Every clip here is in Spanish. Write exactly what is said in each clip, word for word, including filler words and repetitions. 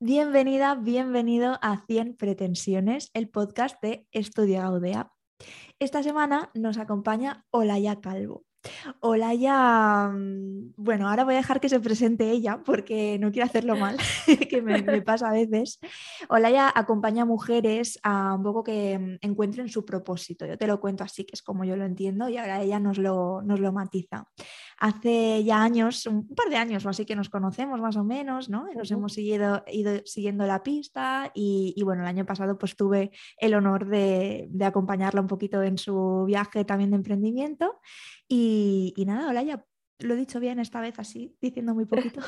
Bienvenida, bienvenido a cien Pretensiones, el podcast de Estudia Gaudea. Esta semana nos acompaña Olaya Calvo. Olaya, mm, bueno, ahora voy a dejar que se presente ella porque no quiero hacerlo mal, que me, me pasa a veces. Olaya acompaña a mujeres a un poco que mm, encuentren su propósito. Yo te lo cuento así, que es como yo lo entiendo, y ahora ella nos lo, nos lo matiza. Hace ya años, un par de años o así que nos conocemos más o menos, ¿no? Nos Ujú. hemos seguido, ido siguiendo la pista y, y bueno, el año pasado pues tuve el honor de, de acompañarla un poquito en su viaje también de emprendimiento. Y, y nada, hola, ya lo he dicho bien esta vez así, diciendo muy poquito.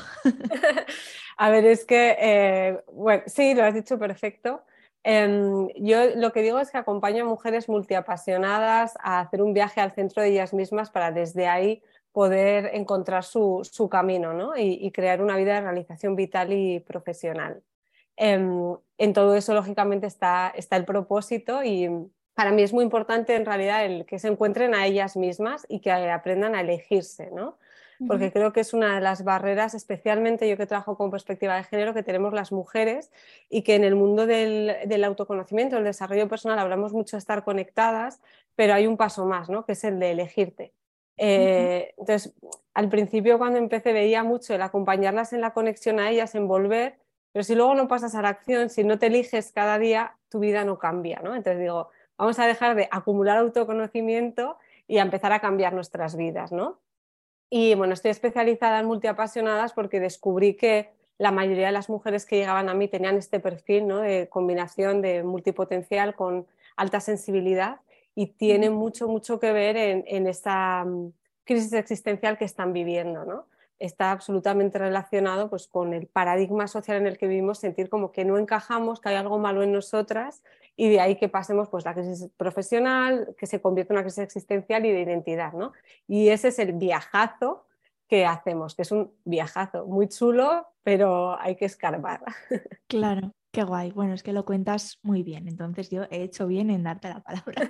A ver, es que, eh, bueno, sí, lo has dicho perfecto. Em, yo lo que digo es que acompaño a mujeres multiapasionadas a hacer un viaje al centro de ellas mismas para desde ahí poder encontrar su, su camino, ¿no? y, y crear una vida de realización vital y profesional. Em, en todo eso, lógicamente, está, está el propósito y para mí es muy importante en realidad el que se encuentren a ellas mismas y que aprendan a elegirse, ¿no? Porque Ujú. creo que es una de las barreras, especialmente yo que trabajo con perspectiva de género, que tenemos las mujeres y que en el mundo del, del autoconocimiento, del desarrollo personal, hablamos mucho de estar conectadas, pero hay un paso más, ¿no? Que es el de elegirte. Ujú. Eh, entonces, al principio cuando empecé veía mucho el acompañarlas en la conexión a ellas, en volver, pero si luego no pasas a la acción, si no te eliges cada día, tu vida no cambia, ¿no? Entonces digo, vamos a dejar de acumular autoconocimiento y a empezar a cambiar nuestras vidas, ¿no? Y bueno, estoy especializada en multiapasionadas porque descubrí que la mayoría de las mujeres que llegaban a mí tenían este perfil, ¿no? De combinación de multipotencial con alta sensibilidad y tiene Ujú. mucho, mucho que ver en, en esta um, crisis existencial que están viviendo, ¿no? Está absolutamente relacionado pues, con el paradigma social en el que vivimos, sentir como que no encajamos, que hay algo malo en nosotras y de ahí que pasemos pues, la crisis profesional, que se convierte en una crisis existencial y de identidad, ¿no? Y ese es el viajazo que hacemos, que es un viajazo muy chulo, pero hay que escarbar. Claro, qué guay. Bueno, es que lo cuentas muy bien, entonces yo he hecho bien en darte la palabra.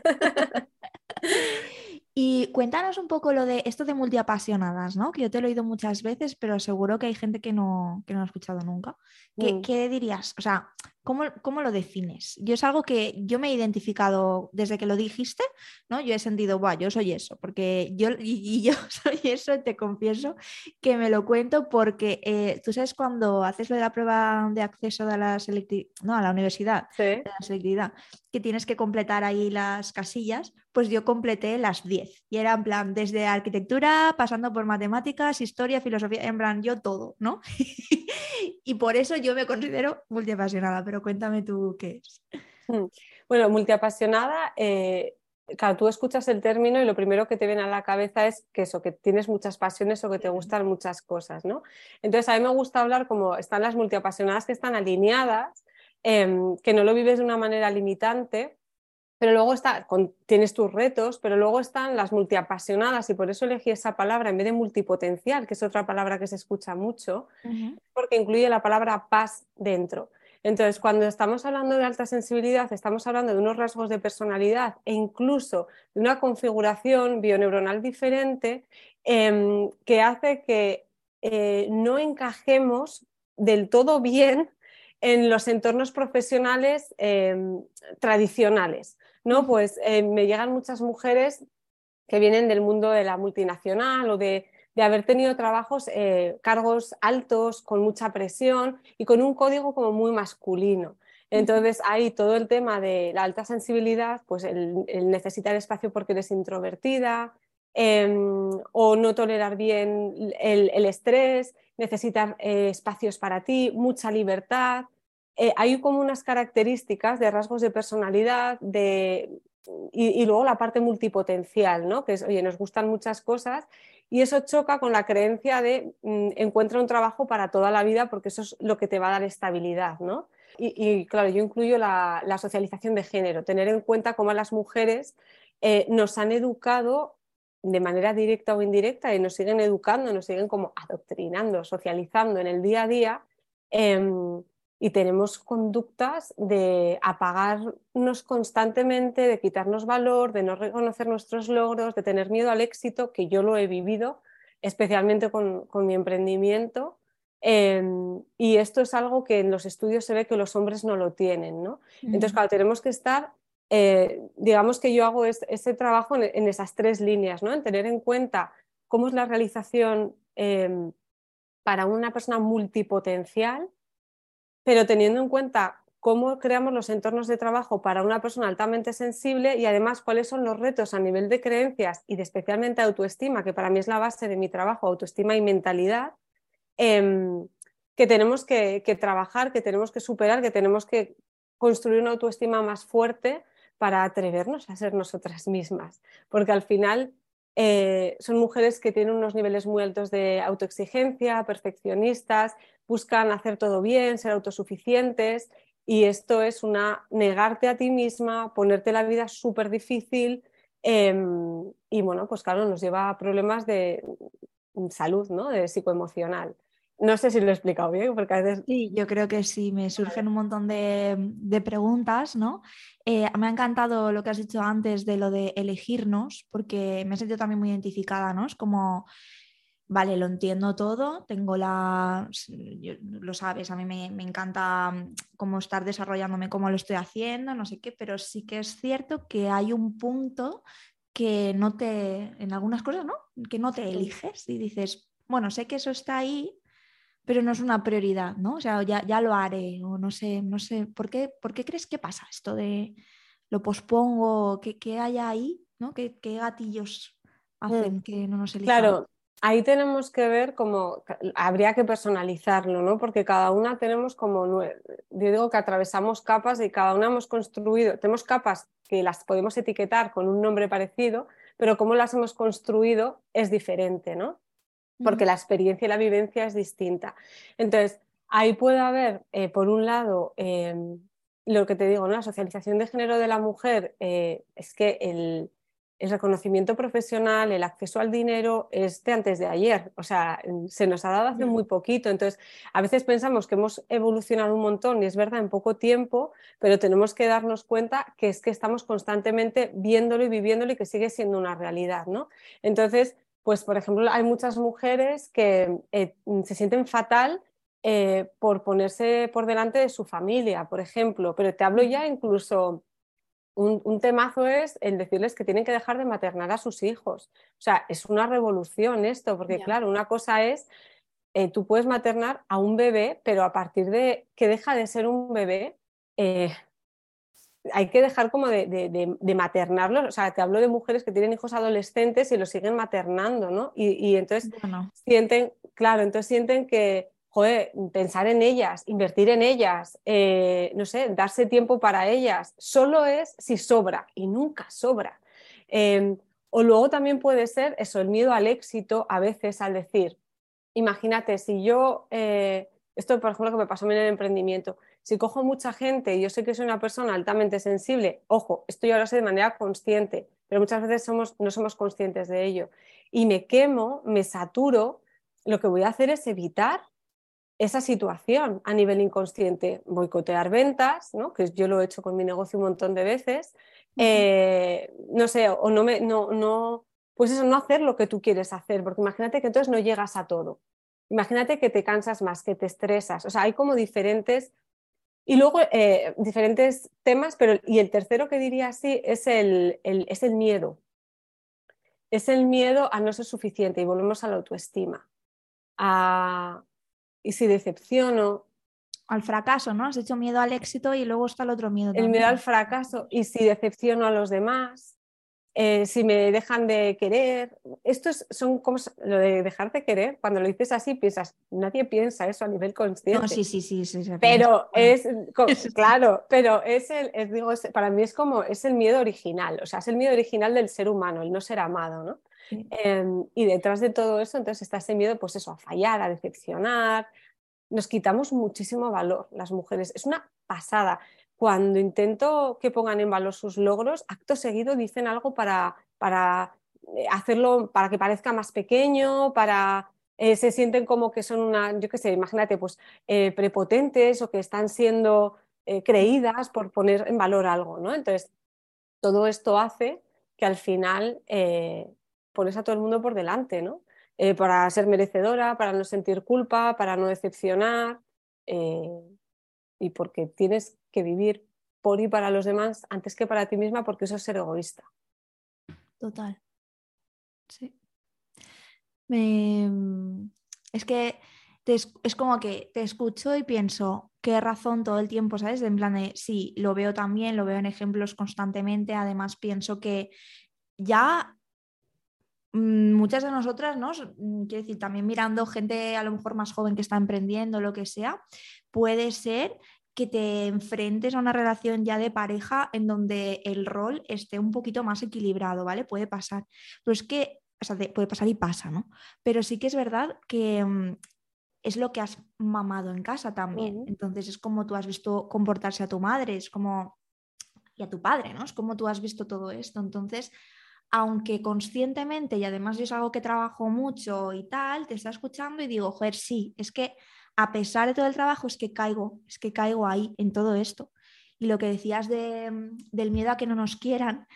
Y cuéntanos un poco lo de esto de multiapasionadas, ¿no? Que yo te lo he oído muchas veces, pero seguro que hay gente que no, que no lo ha escuchado nunca. ¿Qué, Mm. qué dirías? O sea, ¿cómo, cómo lo defines? Yo es algo que yo me he identificado desde que lo dijiste, ¿no? Yo he sentido, buah, yo soy eso, porque yo, y, y yo soy eso, te confieso que me lo cuento porque eh, tú sabes cuando haces lo de la prueba de acceso de la selecti- no, a la universidad, Sí. de la selectividad, que tienes que completar ahí las casillas, pues yo completé las diez y era en plan desde arquitectura, pasando por matemáticas, historia, filosofía, en plan yo todo, ¿no? Y por eso yo me considero multiapasionada, pero cuéntame tú qué es. Mm. Bueno, multiapasionada, eh, claro, tú escuchas el término y lo primero que te viene a la cabeza es que eso, que tienes muchas pasiones o que te Claro. gustan muchas cosas, ¿no? Entonces, a mí me gusta hablar como están las multiapasionadas que están alineadas, em, que no lo vives de una manera limitante. Pero luego está, con, tienes tus retos, pero luego están las multiapasionadas y por eso elegí esa palabra en vez de multipotencial, que es otra palabra que se escucha mucho, Ujú. porque incluye la palabra paz dentro. Entonces, cuando estamos hablando de alta sensibilidad, estamos hablando de unos rasgos de personalidad e incluso de una configuración bioneuronal diferente eh, que hace que eh, no encajemos del todo bien en los entornos profesionales eh, tradicionales, ¿no? Ujú. Pues eh, me llegan muchas mujeres que vienen del mundo de la multinacional o de, de haber tenido trabajos, eh, cargos altos, con mucha presión y con un código como muy masculino. Ujú. Entonces ahí todo el tema de la alta sensibilidad, pues el, el necesitar espacio porque eres introvertida eh, o no tolerar bien el, el estrés, necesitar eh, espacios para ti, mucha libertad. Eh, hay como unas características de rasgos de personalidad, de y, y, luego la parte multipotencial, ¿no? Que es, oye, nos gustan muchas cosas y eso choca con la creencia de mmm, encuentra un trabajo para toda la vida porque eso es lo que te va a dar estabilidad, ¿no? Y, y claro, yo incluyo la, la, socialización de género, tener en cuenta cómo las mujeres eh, nos han educado de manera directa o indirecta y nos siguen educando, nos siguen como adoctrinando, socializando en el día a día. Eh, y tenemos conductas de apagarnos constantemente, de quitarnos valor, de no reconocer nuestros logros, de tener miedo al éxito, que yo lo he vivido, especialmente con, con mi emprendimiento. Eh, y esto es algo que en los estudios se ve que los hombres no lo tienen, ¿no? Entonces, Mm. claro, tenemos que estar, eh, digamos que yo hago es, ese trabajo en, en, esas tres líneas, ¿no? En tener en cuenta cómo es la realización eh, para una persona multipotencial, pero teniendo en cuenta cómo creamos los entornos de trabajo para una persona altamente sensible y además cuáles son los retos a nivel de creencias y de especialmente autoestima, que para mí es la base de mi trabajo, autoestima y mentalidad, eh, que tenemos que, que trabajar, que tenemos que superar, que tenemos que construir una autoestima más fuerte para atrevernos a ser nosotras mismas, porque al final eh, son mujeres que tienen unos niveles muy altos de autoexigencia, perfeccionistas, buscan hacer todo bien, ser autosuficientes, y esto es una negarte a ti misma, ponerte la vida súper difícil, eh, y bueno, pues claro, nos lleva a problemas de salud, ¿no? De psicoemocional. No sé si lo he explicado bien, porque a veces... Sí, yo creo que sí, me surgen un montón de, de preguntas, ¿no? Eh, me ha encantado lo que has dicho antes de lo de elegirnos, porque me he sentido también muy identificada, ¿no? Es como, vale, lo entiendo todo, tengo la, yo- lo sabes, a mí me, me encanta mm, cómo estar desarrollándome, cómo lo estoy haciendo, no sé qué, pero sí que es cierto que hay un punto que no te, en algunas cosas, ¿no? Que no te eliges y dices, bueno, sé que eso está ahí, pero no es una prioridad, ¿no? O sea, ya, ya lo haré, o no sé, no sé, ¿por qué, por qué crees que pasa esto de lo pospongo, qué, qué hay ahí, ¿no? ¿Qué, qué gatillos Mm. hacen que no nos elijamos? Claro, ahí tenemos que ver cómo habría que personalizarlo, ¿no? Porque cada una tenemos como, nue- yo digo que atravesamos capas y cada una hemos construido, tenemos capas que las podemos etiquetar con un nombre parecido, pero cómo las hemos construido es diferente, ¿no? Porque Mm. la experiencia y la vivencia es distinta. Entonces, ahí puede haber, eh, por un lado, eh, lo que te digo, ¿no? La socialización de género de la mujer, eh, es que el, el reconocimiento profesional, el acceso al dinero es de antes de ayer, o sea, se nos ha dado hace muy poquito. Entonces, a veces pensamos que hemos evolucionado un montón y es verdad en poco tiempo, pero tenemos que darnos cuenta que es que estamos constantemente viéndolo y viviéndolo y que sigue siendo una realidad, ¿no? Entonces, pues, por ejemplo, hay muchas mujeres que eh, se sienten fatal eh, por ponerse por delante de su familia, por ejemplo, pero te hablo ya incluso, un, un temazo es el decirles que tienen que dejar de maternar a sus hijos. O sea, es una revolución esto, porque Ya. claro, una cosa es, eh, tú puedes maternar a un bebé, pero a partir de que deja de ser un bebé, eh, hay que dejar como de, de, de, de maternarlos. O sea, te hablo de mujeres que tienen hijos adolescentes y los siguen maternando, ¿no? Y, y entonces Bueno, sienten, claro, entonces sienten que, joder, pensar en ellas, invertir en ellas, eh, no sé, darse tiempo para ellas, solo es si sobra y nunca sobra. Eh, o luego también puede ser eso, el miedo al éxito a veces al decir, imagínate, si yo, eh, esto por ejemplo que me pasó a mí en el emprendimiento, si cojo mucha gente y yo sé que soy una persona altamente sensible, ojo, esto yo lo sé de manera consciente, pero muchas veces somos, no somos conscientes de ello, y me quemo, me saturo, lo que voy a hacer es evitar esa situación a nivel inconsciente, boicotear ventas, ¿no? Que yo lo he hecho con mi negocio un montón de veces, ujú, eh, no sé, o no me, no, no, pues eso, no hacer lo que tú quieres hacer, porque imagínate que entonces no llegas a todo. Imagínate que te cansas más, que te estresas. O sea, hay como diferentes, y luego eh, diferentes temas, pero y el tercero que diría así es el, el, es el miedo. Es el miedo a no ser suficiente y volvemos a la autoestima. A, y si decepciono, al fracaso, ¿no? Has hecho miedo al éxito y luego está el otro miedo el miedo al también. fracaso, y si decepciono a los demás, eh, si me dejan de querer. Esto es, son como lo de dejar de querer. Cuando lo dices así, piensas, nadie piensa eso a nivel No, consciente. sí, sí, sí, sí, se piensa. Pero Bueno, es, claro, pero es el, es, digo, es, para mí es como, es el miedo original, o sea, es el miedo original del ser humano, el no ser amado, ¿no? sí. Eh, y detrás de todo eso, entonces está ese miedo, pues eso, a fallar, a decepcionar. Nos quitamos muchísimo valor las mujeres. Es una pasada. Cuando intento que pongan en valor sus logros, acto seguido dicen algo para, para eh, hacerlo, para que parezca más pequeño, para... Eh, se sienten como que son una, yo qué sé, imagínate, pues eh, prepotentes o que están siendo eh, creídas por poner en valor algo, ¿no? Entonces, todo esto hace que al final eh, pones a todo el mundo por delante, ¿no? eh, para ser merecedora, para no sentir culpa, para no decepcionar, eh, y porque tienes que vivir por y para los demás antes que para ti misma, porque eso es ser egoísta. Total. Sí. Me... Es que te es, es como que te escucho y pienso, qué razón todo el tiempo, ¿sabes? En plan de, sí, lo veo también, lo veo en ejemplos constantemente, además pienso que ya mm, muchas de nosotras, ¿no? Mm, Quiero decir, también mirando gente a lo mejor más joven que está emprendiendo, lo que sea, puede ser que te enfrentes a una relación ya de pareja en donde el rol esté un poquito más equilibrado, ¿vale? Puede pasar. Pero es que, o sea, te- puede pasar y pasa, ¿no? Pero sí que es verdad que mm, es lo que has mamado en casa también. Ujú, Entonces es como tú has visto comportarse a tu madre, es como y a tu padre, ¿no? Es como tú has visto todo esto. Entonces, aunque conscientemente, y además yo es algo que trabajo mucho y tal, te está escuchando y digo, joder, sí, es que a pesar de todo el trabajo, es que caigo, es que caigo ahí en todo esto. Y lo que decías de, del miedo a que no nos quieran,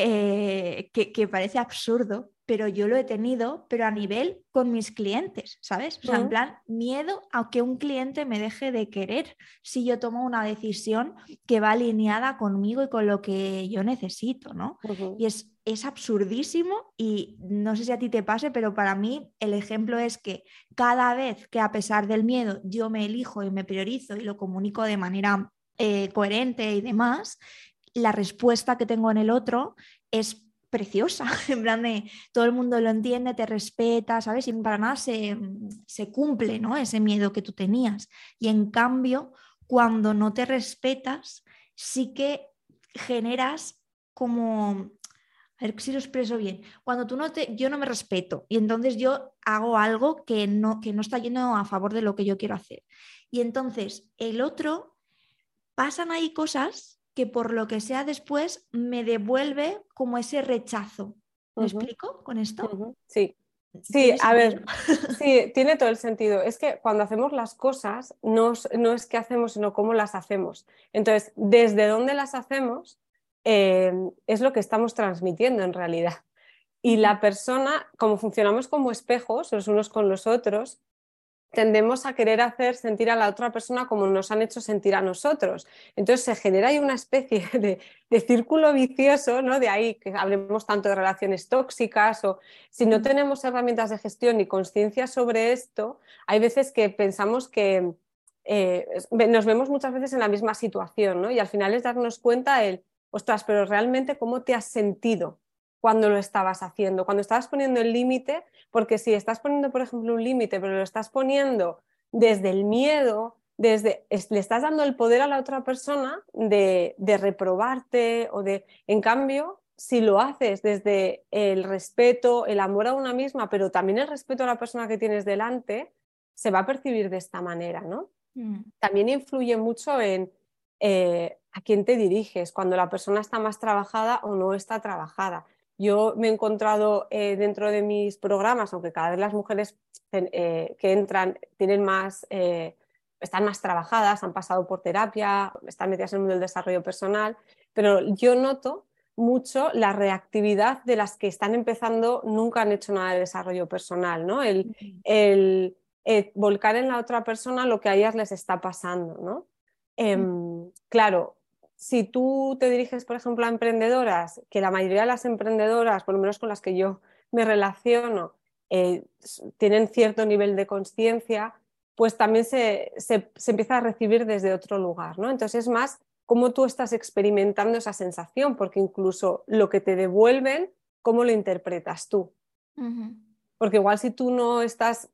eh, que, que parece absurdo, pero yo lo he tenido, pero a nivel con mis clientes, ¿sabes? O sea, en ujú, plan, miedo a que un cliente me deje de querer si yo tomo una decisión que va alineada conmigo y con lo que yo necesito, ¿no? ujú. Y es, es absurdísimo y no sé si a ti te pase, pero para mí el ejemplo es que cada vez que a pesar del miedo yo me elijo y me priorizo y lo comunico de manera eh, coherente y demás, la respuesta que tengo en el otro es preciosa, en plan de todo el mundo lo entiende, te respeta, ¿sabes? Y para nada se, se cumple, ¿no? Ese miedo que tú tenías. Y en cambio, cuando no te respetas, sí que generas como, a ver si lo expreso bien, cuando tú no te, yo no me respeto y entonces yo hago algo que no, que no está yendo a favor de lo que yo quiero hacer. Y entonces el otro, pasan ahí cosas que por lo que sea después me devuelve como ese rechazo. ¿Me Ujú, explico con esto? ujú. Sí, sí, ¿Tiene a sentido? ver, sí, tiene todo el sentido. Es que cuando hacemos las cosas, no, es- no es qué hacemos, sino cómo las hacemos. Entonces, desde dónde las hacemos, eh, es lo que estamos transmitiendo en realidad. Y la persona, como funcionamos como espejos los unos con los otros, tendemos a querer hacer sentir a la otra persona como nos han hecho sentir a nosotros. Entonces se genera ahí una especie de, de círculo vicioso, ¿no? De ahí que hablemos tanto de relaciones tóxicas o si no tenemos herramientas de gestión ni conciencia sobre esto, hay veces que pensamos que eh, nos vemos muchas veces en la misma situación, ¿no? Y al final es darnos cuenta el, ostras, pero realmente cómo te has sentido cuando lo estabas haciendo, cuando estabas poniendo el límite, porque si estás poniendo, por ejemplo, un límite, pero lo estás poniendo desde el miedo, desde, es, le estás dando el poder a la otra persona de, de reprobarte o de, en cambio, si lo haces desde el respeto, el amor a una misma, pero también el respeto a la persona que tienes delante, se va a percibir de esta manera, ¿no? Mm, También influye mucho en eh, a quién te diriges, cuando la persona está más trabajada o no está trabajada. Yo me he encontrado eh, dentro de mis programas, aunque cada vez las mujeres eh, que entran tienen más, eh, están más trabajadas, han pasado por terapia, están metidas en el mundo del desarrollo personal, pero yo noto mucho la reactividad de las que están empezando, nunca han hecho nada de desarrollo personal, ¿no? El, mm, el eh, volcar en la otra persona lo que a ellas les está pasando, ¿no? Eh, mm, claro, si tú te diriges, por ejemplo, a emprendedoras, que la mayoría de las emprendedoras, por lo menos con las que yo me relaciono, eh, tienen cierto nivel de conciencia, pues también se, se, se, empieza a recibir desde otro lugar, ¿no? Entonces es más cómo tú estás experimentando esa sensación, porque incluso lo que te devuelven, ¿cómo lo interpretas tú? ujú. Porque igual si tú no estás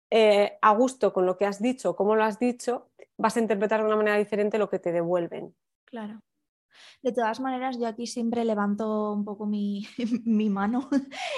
eh, a gusto con lo que has dicho, cómo lo has dicho, vas a interpretar de una manera diferente lo que te devuelven. Claro. De todas maneras, yo aquí siempre levanto un poco mi, mi mano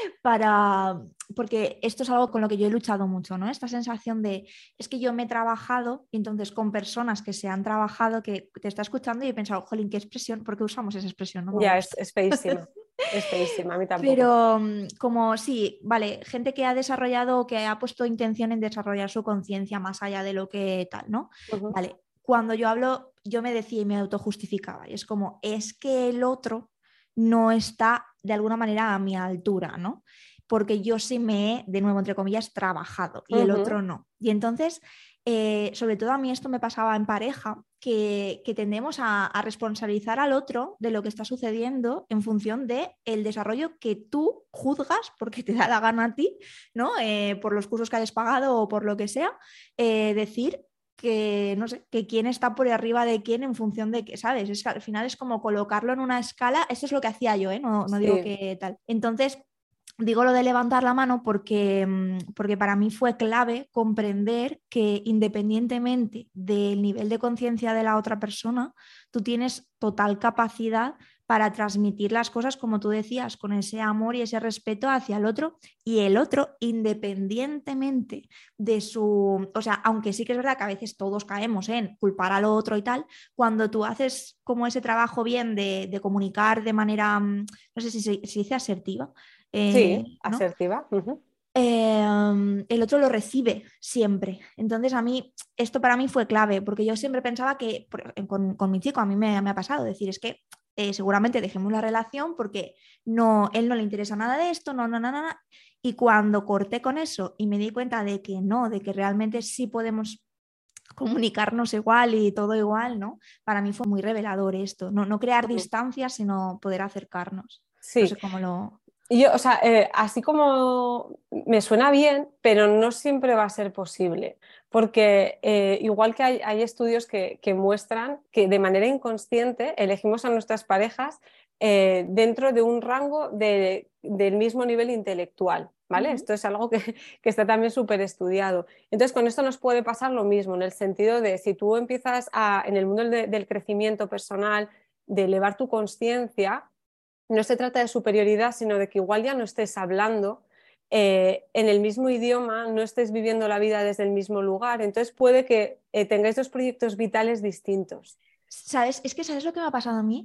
para, porque esto es algo con lo que yo he luchado mucho, ¿no? Esta sensación de, es que yo me he trabajado y entonces con personas que se han trabajado, que te está escuchando y he pensado, jolín, qué expresión, ¿por qué usamos esa expresión? No me Ya, es, gusta. es feísima, es feísima, a mí tampoco. Pero mm, como sí, vale, gente que ha desarrollado o que ha puesto intención en desarrollar su conciencia más allá de lo que tal, ¿no? Uh-huh. Vale, cuando yo hablo, yo me decía y me autojustificaba, y es como, es que el otro no está de alguna manera a mi altura, ¿no? porque yo sí me he, de nuevo, entre comillas, trabajado y el Ujú. otro no. Y entonces, eh, sobre todo a mí esto me pasaba en pareja, que, que tendemos a, a responsabilizar al otro de lo que está sucediendo en función de el desarrollo que tú juzgas porque te da la gana a ti, ¿no? Eh, por los cursos que hayas pagado o por lo que sea, eh, decir que no sé, que quién está por arriba de quién en función de qué, ¿sabes? Es que al final es como colocarlo en una escala, eso es lo que hacía yo, ¿eh? No, no digo Sí, que tal. Entonces, digo lo de levantar la mano porque, mm, porque para mí fue clave comprender que independientemente del nivel de conciencia de la otra persona, tú tienes total capacidad para transmitir las cosas, como tú decías, con ese amor y ese respeto hacia el otro, y el otro, independientemente de su, o sea, aunque sí que es verdad que a veces todos caemos en culpar al otro y tal, cuando tú haces como ese trabajo bien de, de comunicar de manera, mm, no sé si se, si dice asertiva, sí, eh, ¿no? asertiva. Ujú. Eh, el otro lo recibe siempre. Entonces a mí, esto para mí fue clave, porque yo siempre pensaba que, por- con, con mi chico, a mí me, me ha pasado, decir, es que eh, seguramente dejemos la relación porque no, él no le interesa nada de esto, no, no, no, no, no. Y cuando corté con eso y me di cuenta de que no, de que realmente sí podemos comunicarnos igual y todo igual, ¿no? Para mí fue muy revelador esto, no, no crear Ujú. distancias, sino poder acercarnos. No Sí, sé cómo lo... y yo, o sea, eh, así como me suena bien, pero no siempre va a ser posible, porque eh, igual que hay, hay estudios que, que muestran que de manera inconsciente elegimos a nuestras parejas eh, dentro de un rango de- del mismo nivel intelectual, ¿vale? Ujú. Esto es algo que, que está también súper estudiado. Entonces, con esto nos puede pasar lo mismo, en el sentido de si tú empiezas a, en el mundo del, del crecimiento personal, de elevar tu conciencia, no se trata de superioridad, sino de que igual ya no estés hablando eh, en el mismo idioma, no estés viviendo la vida desde el mismo lugar. Entonces puede que eh, tengáis dos proyectos vitales distintos. ¿Sabes? Es que ¿sabes lo que me ha pasado a mí?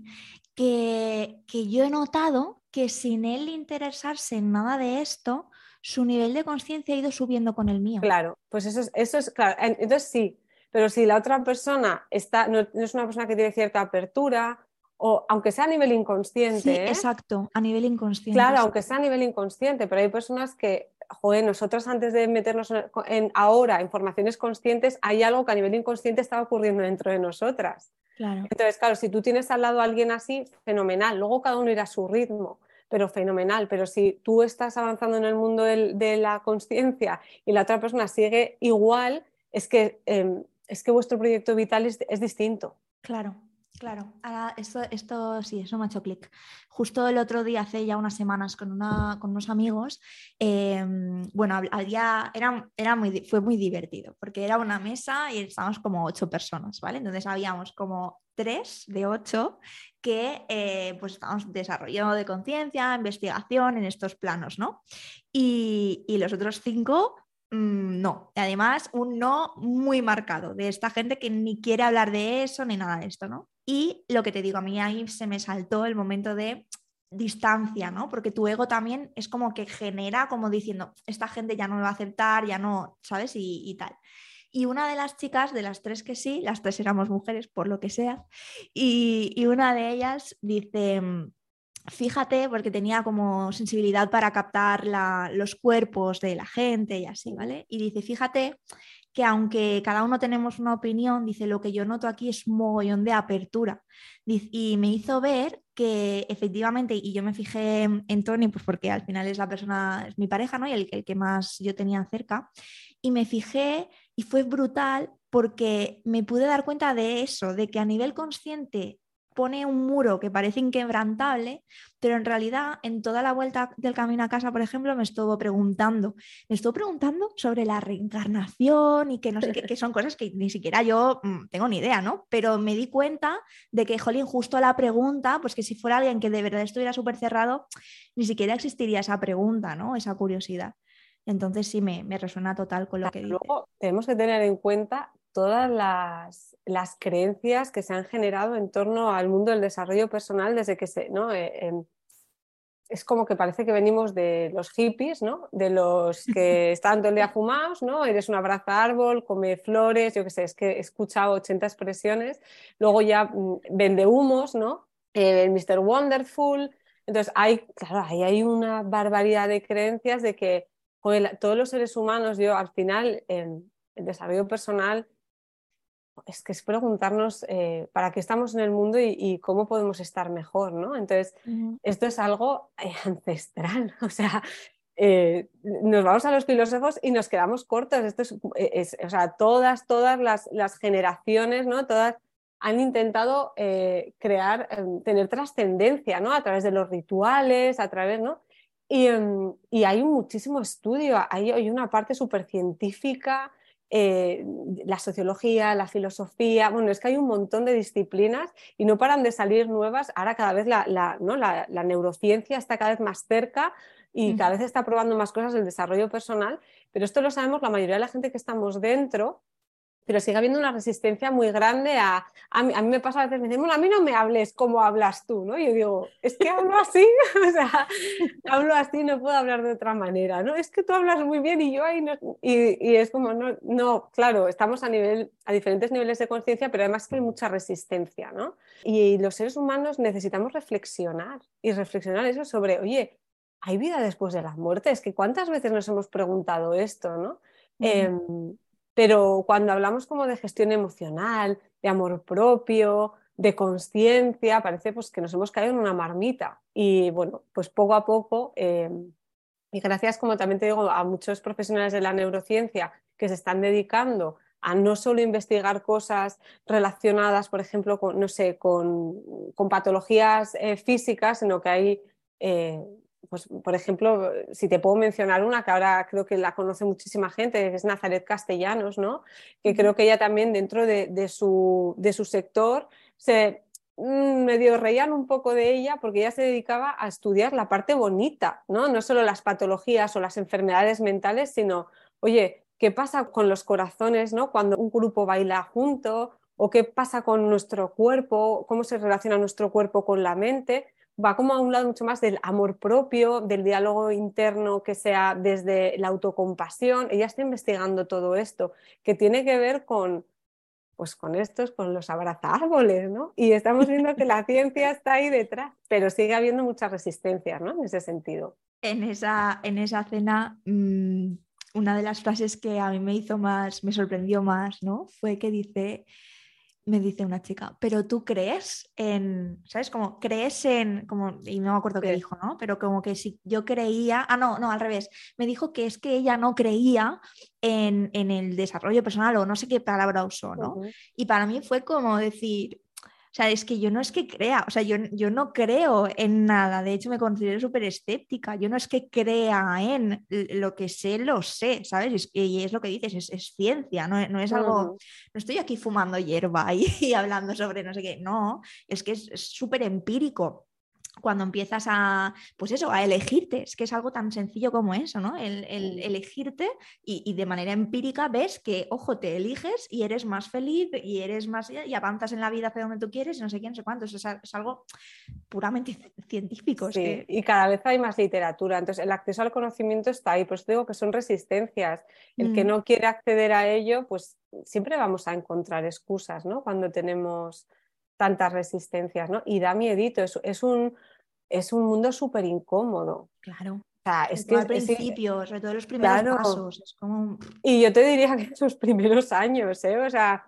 Que, que yo he notado que sin él interesarse en nada de esto, su nivel de conciencia ha ido subiendo con el mío. Claro, pues eso es, eso es claro. Entonces sí, pero si la otra persona está, no, no es una persona que tiene cierta apertura, o aunque sea a nivel Sí, inconsciente, ¿eh? exacto, a nivel inconsciente, Claro, sí. aunque sea a nivel inconsciente, pero hay personas que, joder, nosotros antes de meternos en, en ahora en formaciones conscientes, hay algo que a nivel inconsciente estaba ocurriendo dentro de nosotras. Claro, Entonces, claro, si tú tienes al lado a alguien así, fenomenal. Luego cada uno irá a su ritmo, pero fenomenal. Pero si tú estás avanzando en el mundo del- de la conciencia y la otra persona sigue igual, es que, eh, es que vuestro proyecto vital es, es distinto. claro, claro. Ahora, esto, esto sí, eso me ha hecho clic. Justo el otro día, hace ya unas semanas, con, una, con unos amigos, eh, bueno, había, era, era muy, di- fue muy divertido, porque era una mesa y estábamos como ocho personas, ¿vale? Entonces habíamos como tres de ocho que eh, pues estábamos desarrollando de conciencia, investigación en estos planos, ¿no? Y, y los otros cinco mm, no. Y además, un no muy marcado de esta gente que ni quiere hablar de eso ni nada de esto, ¿no? Y lo que te digo, a mí ahí se me saltó el momento de distancia, ¿no? Porque tu ego también es como que genera, como diciendo, esta gente ya no me va a aceptar, ya no, ¿sabes? Y, y tal. Y una de las chicas, de las tres que sí, las tres éramos mujeres, por lo que sea, y, y una de ellas dice, fíjate, porque tenía como sensibilidad para captar la, los cuerpos de la gente y así, ¿vale? Y dice, fíjate que aunque cada uno tenemos una opinión, dice, lo que yo noto aquí es un mogollón de apertura. Dice, y me hizo ver que efectivamente, y yo me fijé en Tony, pues porque al final es la persona, es mi pareja, ¿no? Y el, el que más yo tenía cerca, y me fijé y fue brutal porque me pude dar cuenta de eso, de que a nivel consciente pone un muro que parece inquebrantable, pero en realidad en toda la vuelta del camino a casa, por ejemplo, me estuvo preguntando, me estuvo preguntando sobre la reencarnación y que no sé qué, que son cosas que ni siquiera yo mmm, tengo ni idea, ¿no? Pero me di cuenta de que, jolín, justo la pregunta, pues que si fuera alguien que de verdad estuviera súper cerrado, ni siquiera existiría esa pregunta, ¿no? Esa curiosidad. Entonces sí me, me resuena total con lo que dices. Luego tenemos que tener en cuenta todas las, las creencias que se han generado en torno al mundo del desarrollo personal desde que se, ¿no? Eh, eh, es como que parece que venimos de los hippies, ¿no? De los que están todo el día fumados, ¿no? Eres un abraza árbol, come flores, yo qué sé, es que he escuchado ochenta expresiones. Luego ya mmm, vende humos, ¿no? Eh, el míster Wonderful. Entonces, hay, claro, ahí hay una barbaridad de creencias de que joder, todos los seres humanos, yo al final, en el desarrollo personal, es que es preguntarnos eh, para qué estamos en el mundo y, y cómo podemos estar mejor, ¿no? Entonces, Ujú. esto es algo eh, ancestral, o sea, eh, nos vamos a los filósofos y nos quedamos cortos. Esto es, es, o sea, todas, todas las, las generaciones, ¿no? Todas han intentado eh, crear, eh, tener trascendencia, ¿no? A través de los rituales, a través, ¿no? Y, um, y hay muchísimo estudio, hay, hay una parte súper científica, eh, la sociología, la filosofía, bueno, es que hay un montón de disciplinas y no paran de salir nuevas. Ahora cada vez la, la, ¿no? la, la neurociencia está cada vez más cerca y cada Ujú. vez está probando más cosas el desarrollo personal, pero esto lo sabemos la mayoría de la gente que estamos dentro, pero sigue habiendo una resistencia muy grande a... A mí, a mí me pasa a veces, me dicen, bueno, a mí no me hables como hablas tú, ¿no? Y yo digo, es que hablo así, o sea, hablo así, no puedo hablar de otra manera, ¿no? Es que tú hablas muy bien y yo ahí no... Y, y es como, no, no, claro, estamos a, nivel, a diferentes niveles de conciencia, pero además que hay mucha resistencia, ¿no? Y los seres humanos necesitamos reflexionar y reflexionar eso sobre, oye, ¿hay vida después de la muerte? Es que ¿cuántas veces nos hemos preguntado esto, ¿no? Ujú. Eh, pero cuando hablamos como de gestión emocional, de amor propio, de conciencia, parece pues que nos hemos caído en una marmita. Y bueno, pues poco a poco, eh, y gracias, como también te digo, a muchos profesionales de la neurociencia que se están dedicando a no solo investigar cosas relacionadas, por ejemplo, con, no sé, con, con patologías eh, físicas, sino que hay... Eh, pues, por ejemplo, si te puedo mencionar una que ahora creo que la conoce muchísima gente, que es Nazaret Castellanos, ¿no? Que Ujú. creo que ella también dentro de, de, su, de su sector se mmm, medio reían un poco de ella porque ella se dedicaba a estudiar la parte bonita, ¿no? No solo las patologías o las enfermedades mentales, sino, oye, ¿qué pasa con los corazones, ¿no? Cuando un grupo baila junto, o qué pasa con nuestro cuerpo, cómo se relaciona nuestro cuerpo con la mente. Va como a un lado mucho más del amor propio, del diálogo interno que sea desde la autocompasión. Ella está investigando todo esto, que tiene que ver con, pues con estos, con los abrazárboles, ¿no? Y estamos viendo que la ciencia está ahí detrás, pero sigue habiendo muchas resistencias, ¿no? En ese sentido. En esa, en esa cena, mmm, una de las frases que a mí me hizo más, me sorprendió más, ¿no? Fue que dice, me dice una chica, pero tú crees en, ¿sabes? Como crees en, como, y no me acuerdo qué Sí. dijo, ¿no? Pero como que si yo creía, ah, no, no, al revés, me dijo que es que ella no creía en, en el desarrollo personal o no sé qué palabra usó, ¿no? Uh-huh. Y para mí fue como decir, o sea, es que yo no es que crea, o sea, yo, yo no creo en nada, de hecho me considero súper escéptica, yo no es que crea en lo que sé, lo sé, ¿sabes? Es, y es lo que dices, es, es ciencia, no, no es algo, Uh-huh. no estoy aquí fumando hierba y, y hablando sobre no sé qué, no, es que es súper empírico. Cuando empiezas a, pues eso, a elegirte, es que es algo tan sencillo como eso, ¿no? El, el elegirte y, y, de manera empírica ves que, ojo, te eliges y eres más feliz y eres más, y avanzas en la vida hacia donde tú quieres y no sé qué, no sé cuánto, es, es algo puramente científico, es Sí, que... y cada vez hay más literatura, entonces el acceso al conocimiento está ahí, pues digo que son resistencias. El que Mm. no quiere acceder a ello, pues siempre vamos a encontrar excusas, ¿no? Cuando tenemos tantas resistencias, ¿no? Y da miedito, es, es un, es un mundo súper incómodo. Claro, O sea, sobre es todo que al es, es, principio, sobre todo en los primeros claro, pasos, es como... y yo te diría que en sus primeros años, ¿eh? O sea,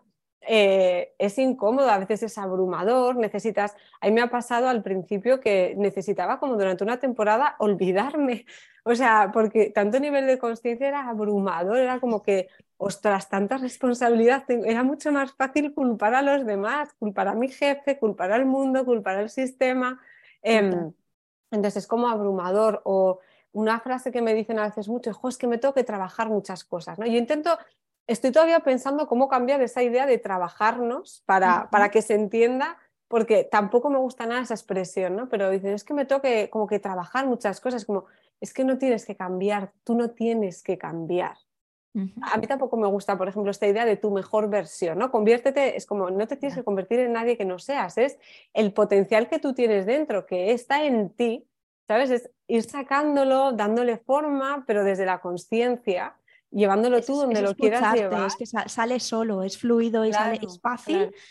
eh, es incómodo, a veces es abrumador, necesitas... A mí me ha pasado al principio que necesitaba como durante una temporada olvidarme, o sea, porque tanto nivel de conciencia era abrumador, era como que, ostras, tanta responsabilidad, era mucho más fácil culpar a los demás, culpar a mi jefe, culpar al mundo, culpar al sistema. Total. Eh, entonces es como abrumador. O una frase que me dicen a veces mucho, es que me tengo que trabajar muchas cosas, ¿no? Yo intento, estoy todavía pensando cómo cambiar esa idea de trabajarnos para, para Uh-huh. que se entienda, porque tampoco me gusta nada esa expresión, ¿no? Pero dicen, es que me tengo que como que trabajar muchas cosas, como, es que no tienes que cambiar, tú no tienes que cambiar. Uh-huh. A mí tampoco me gusta, por ejemplo, esta idea de tu mejor versión, ¿no? Conviértete, es como, no te tienes Yeah. que convertir en nadie que no seas, es el potencial que tú tienes dentro, que está en ti, ¿sabes? Es ir sacándolo, dándole forma, pero desde la conciencia, llevándolo Es, tú es donde lo quieras escucharte, llevar. es que sa- sale solo, es fluido y sale, es Claro, fácil claro.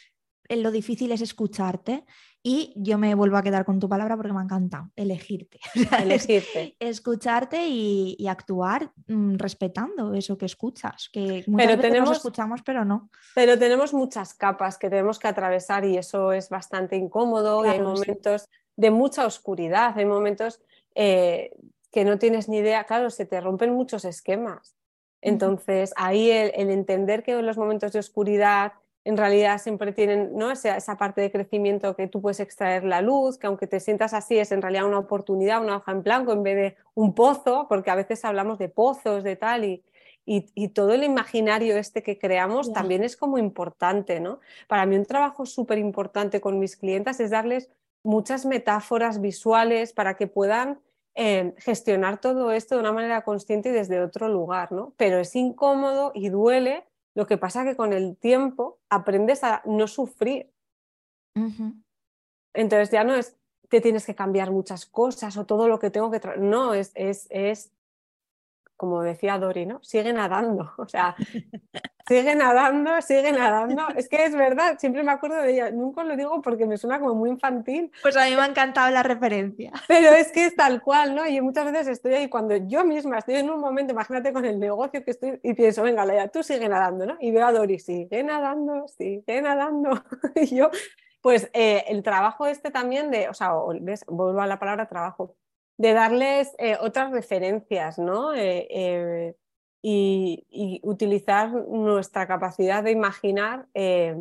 lo difícil es escucharte y yo me vuelvo a quedar con tu palabra porque me ha encantado, elegirte. O sea, elegirte. es, escucharte y, y actuar mmm, respetando eso que escuchas, que muchas Pero veces nos tenemos, escuchamos pero no. pero tenemos muchas capas que tenemos que atravesar y eso es bastante incómodo y hay Claro, sí. momentos de mucha oscuridad, hay momentos eh, que no tienes ni idea, claro, se te rompen muchos esquemas. Uh-huh. Entonces, ahí el, el entender que en los momentos de oscuridad en realidad siempre tienen, ¿no? esa, esa parte de crecimiento que tú puedes extraer la luz, que aunque te sientas así es en realidad una oportunidad, una hoja en blanco en vez de un pozo, porque a veces hablamos de pozos, de tal, y, y, y todo el imaginario este que creamos Yeah. también es como importante, ¿no? Para mí un trabajo súper importante con mis clientas es darles muchas metáforas visuales para que puedan eh, gestionar todo esto de una manera consciente y desde otro lugar, ¿no? Pero es incómodo y duele. Lo que pasa que con el tiempo aprendes a no sufrir. Uh-huh. Entonces ya no es que tienes que cambiar muchas cosas o todo lo que tengo que... Tra- no, es, es, es, como decía Dori, ¿no? Sigue nadando. O sea, sigue nadando, sigue nadando. Es que es verdad, siempre me acuerdo de ella. Nunca lo digo porque me suena como muy infantil. Pues a mí me ha encantado la referencia. Pero es que es tal cual, ¿no? Y muchas veces estoy ahí cuando yo misma estoy en un momento, imagínate con el negocio que estoy y pienso, venga, Laia, tú sigue nadando, ¿no? Y veo a Dori, sigue nadando, sigue nadando. Y yo, pues eh, el trabajo este también de, o sea, ¿ves? Vuelvo a la palabra trabajo, de darles eh, otras referencias, ¿no? Eh, eh, y, y, utilizar nuestra capacidad de imaginar eh,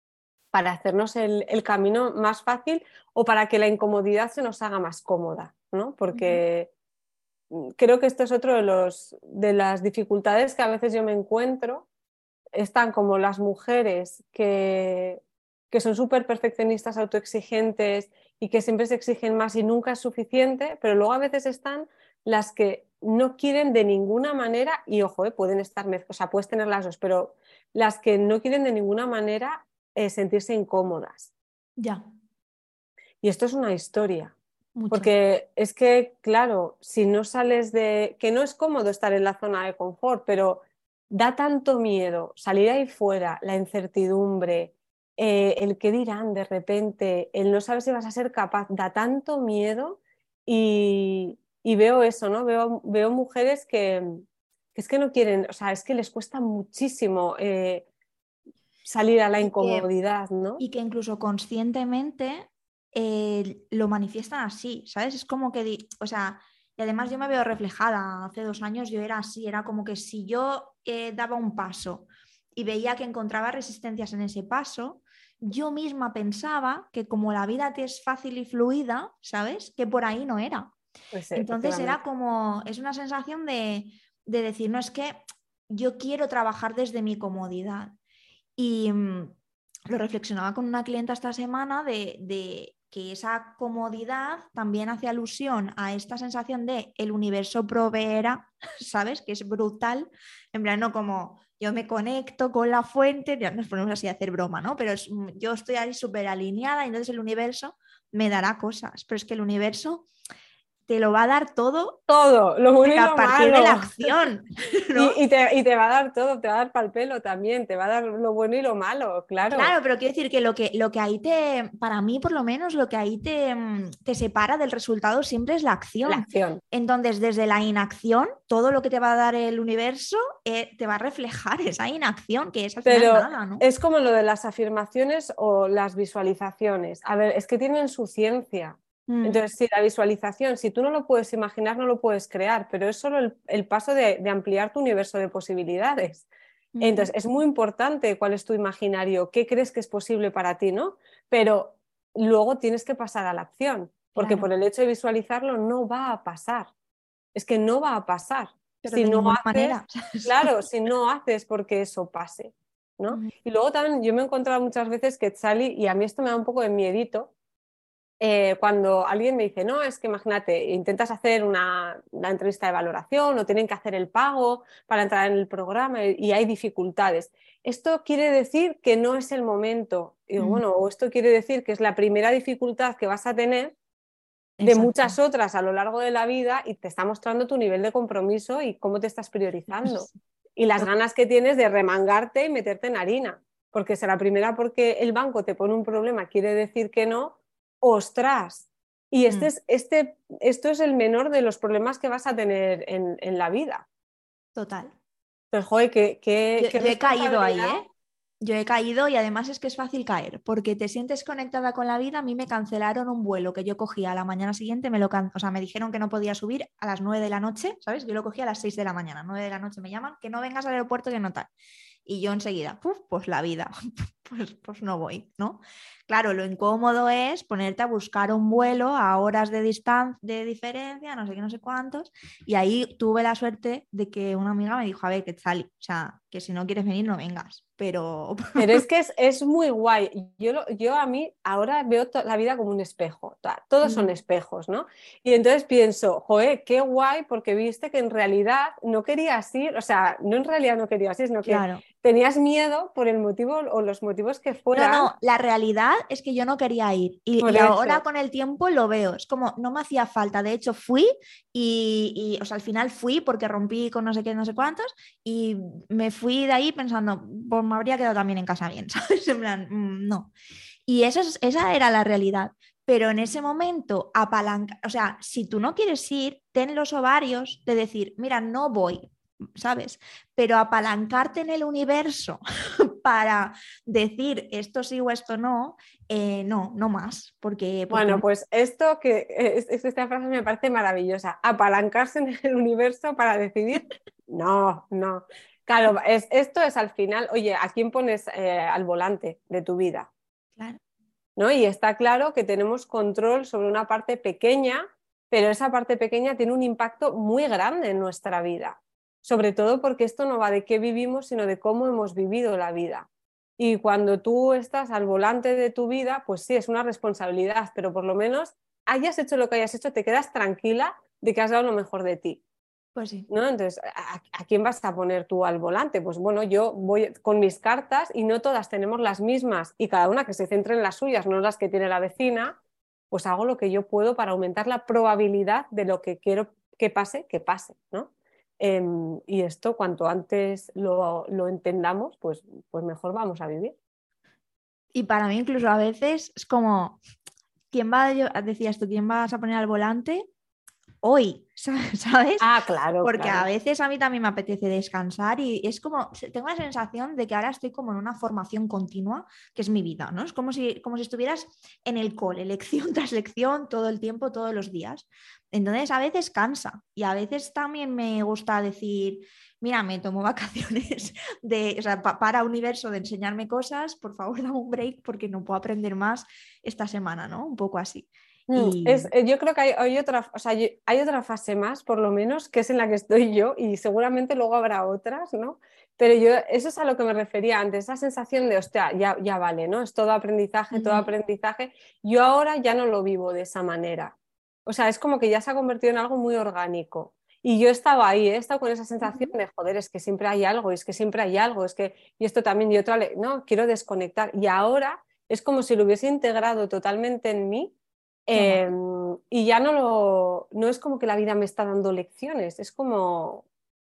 para hacernos el, el camino más fácil o para que la incomodidad se nos haga más cómoda, ¿no? Porque uh-huh. creo que esto es otro de, los, de las dificultades que a veces yo me encuentro. Están como las mujeres que, que son súper perfeccionistas, autoexigentes y que siempre se exigen más y nunca es suficiente, pero luego a veces están las que no quieren de ninguna manera, y ojo, eh, pueden estar, o sea, puedes tener las dos, pero las que no quieren de ninguna manera eh, sentirse incómodas. Ya. Y esto es una historia. Mucho. Porque es que, claro, si no sales de... que no es cómodo estar en la zona de confort, pero da tanto miedo salir ahí fuera, la incertidumbre, eh, el qué dirán de repente, el no saber si vas a ser capaz, da tanto miedo y, y veo eso, ¿no? Veo, veo mujeres que, que es que no quieren, o sea, es que les cuesta muchísimo eh, salir a la Y que, incomodidad, ¿no? y que incluso conscientemente eh, lo manifiestan así, ¿sabes? Es como que, di- o sea, y además yo me veo reflejada, hace dos años yo era así, era como que si yo eh, daba un paso y veía que encontraba resistencias en ese paso, yo misma pensaba que como la vida te es fácil y fluida, ¿sabes? Que por ahí no era. Pues, Entonces era efectivamente. como, es una sensación de, de decir, no, es que yo quiero trabajar desde mi comodidad. Y mm, lo reflexionaba con una clienta esta semana de, de que esa comodidad también hace alusión a esta sensación de el universo proveerá, ¿sabes? Que es brutal, en plan, no como yo me conecto con la fuente, ya nos ponemos así a hacer broma, ¿no? Pero es, yo estoy ahí súper alineada y entonces el universo me dará cosas, pero es que el universo te lo va a dar todo, Todo, lo bueno y pero a lo partir de la malo. acción, Y, ¿no? y, te, y te va a dar todo, te va a dar pal pelo también, te va a dar lo bueno y lo malo, claro. Claro, pero quiero decir que lo que, lo que ahí te, para mí por lo menos, lo que ahí te, mm, te separa del resultado siempre es la La acción. acción. Entonces, desde la inacción, todo lo que te va a dar el universo eh, te va a reflejar esa inacción, que es al final Pero nada, ¿no? es como lo de las afirmaciones o las visualizaciones. A ver, es que tienen su ciencia. Mm, Entonces, si la visualización, si tú no lo puedes imaginar, no lo puedes crear, pero es solo el, el paso de, de ampliar tu universo de posibilidades. ujú, Entonces, es muy importante cuál es tu imaginario, qué crees que es posible para ti, ¿no? Pero luego tienes que pasar a la acción, porque claro, por el hecho de visualizarlo no va a pasar. Es que no va a pasar. pero Si de no ninguna haces, manera. ¿Sabes? claro, si no haces porque eso pase, ¿no? Ujú, Y luego también yo me he encontrado muchas veces que Sally, y a mí esto me da un poco de miedito, eh, cuando alguien me dice, no, es que imagínate, intentas hacer una, una entrevista de valoración o tienen que hacer el pago para entrar en el programa y, y hay dificultades. Esto quiere decir que no es el momento. Y digo, ujú, bueno, o esto quiere decir que es la primera dificultad que vas a tener de exacto. muchas otras a lo largo de la vida y te está mostrando tu nivel de compromiso y cómo te estás priorizando y las To- ganas que tienes de remangarte y meterte en harina. porque será primera porque el banco te pone un problema, quiere decir que no, ostras. Y este Mm. es, este, esto es el menor de los problemas que vas a tener en, en la vida. Total. Entonces, joder, qué, qué, Yo, qué yo he caído ahí, responsabilidad. ¿eh? Yo he caído y además es que es fácil caer, porque te sientes conectada con la vida. A mí me cancelaron un vuelo que yo cogía a la mañana siguiente, me lo can... o sea, me dijeron que no podía subir a las nueve de la noche, ¿sabes? Yo lo cogí a las seis de la mañana, nueve de la noche me llaman, que no vengas al aeropuerto, que no tal. Y yo enseguida, puf, pues la vida, pues, pues no voy, ¿no? Claro, lo incómodo es ponerte a buscar un vuelo a horas de distancia, de diferencia, no sé qué, no sé cuántos, y ahí tuve la suerte de que una amiga me dijo, a ver, que sale, o sea, que si no quieres venir no vengas, pero... Pero es que es, es muy guay. Yo, lo- yo a mí ahora veo to- la vida como un espejo. Ta- Todos son Mm, espejos, ¿no? Y entonces pienso, joder, qué guay, porque viste que en realidad no querías ir, o sea, no en realidad no querías ir, sino que claro. tenías miedo por el motivo o los motivos que No, fueran. no, la realidad es que yo no quería ir y, Por y ahora eso. con el tiempo lo veo, es como no me hacía falta, de hecho fui y, y, o sea, al final fui porque rompí con no sé qué, no sé cuántos y me fui de ahí pensando, pues me habría quedado también en casa bien, ¿sabes? En plan, mm, no. Y eso es, esa era la realidad. Pero en ese momento, apalanca, o sea, si tú no quieres ir, ten los ovarios de decir, mira, no voy, ¿sabes? Pero apalancarte en el universo para decir esto sí o esto no, eh, no, no más, porque, porque Bueno, pues esto que es, es- esta frase me parece maravillosa. Apalancarse en el universo para decidir. No, no. Claro, es, esto es al final, oye, ¿a quién pones eh, al volante de tu vida? claro, ¿No? Y está claro que tenemos control sobre una parte pequeña, pero esa parte pequeña tiene un impacto muy grande en nuestra vida. Sobre todo porque esto no va de qué vivimos, sino de cómo hemos vivido la vida. Y cuando tú estás al volante de tu vida, pues sí, es una responsabilidad, pero por lo menos hayas hecho lo que hayas hecho, te quedas tranquila de que has dado lo mejor de ti. pues sí. ¿No? Entonces, ¿a, a quién vas a poner tú al volante? Pues bueno, yo voy con mis cartas y no todas tenemos las mismas y cada una que se centre en las suyas, no las que tiene la vecina, pues hago lo que yo puedo para aumentar la probabilidad de lo que quiero que pase, que pase, ¿no? Eh, y esto, cuanto antes lo, lo entendamos, pues, pues mejor vamos a vivir. Y para mí incluso a veces es como, ¿quién va, yo, decías tú, quién vas a poner al volante? Hoy, ¿sabes? Ah, claro, Porque a claro. veces a mí también me apetece descansar y es como, tengo la sensación de que ahora estoy como en una formación continua, que es mi vida, ¿no? Es como si, como si estuvieras en el cole, lección tras lección, todo el tiempo, todos los días. Entonces a veces cansa y a veces también me gusta decir, mira, me tomo vacaciones de, o sea, pa- para universo de enseñarme cosas, por favor, dame un break porque no puedo aprender más esta semana, ¿no? Un poco así. Mm, Es, Y eh, yo creo que hay, hay otra, o sea, yo- hay otra fase más, por lo menos, que es en la que estoy yo y seguramente luego habrá otras, ¿no? Pero yo, eso es a lo que me refería antes, esa sensación de, hostia, ya, ya vale, ¿no? Es todo aprendizaje, todo ujú, aprendizaje. Yo ahora ya no lo vivo de esa manera. O sea, es como que ya se ha convertido en algo muy orgánico. Y yo estaba ahí, he estado con esa sensación ujú. de, joder, es que siempre hay algo, es que siempre hay algo, es que, y esto también, y otra, no, quiero desconectar. Y ahora es como si lo hubiese integrado totalmente en mí. Qué Eh, guay. y ya no lo, no es como que la vida me está dando lecciones, es como,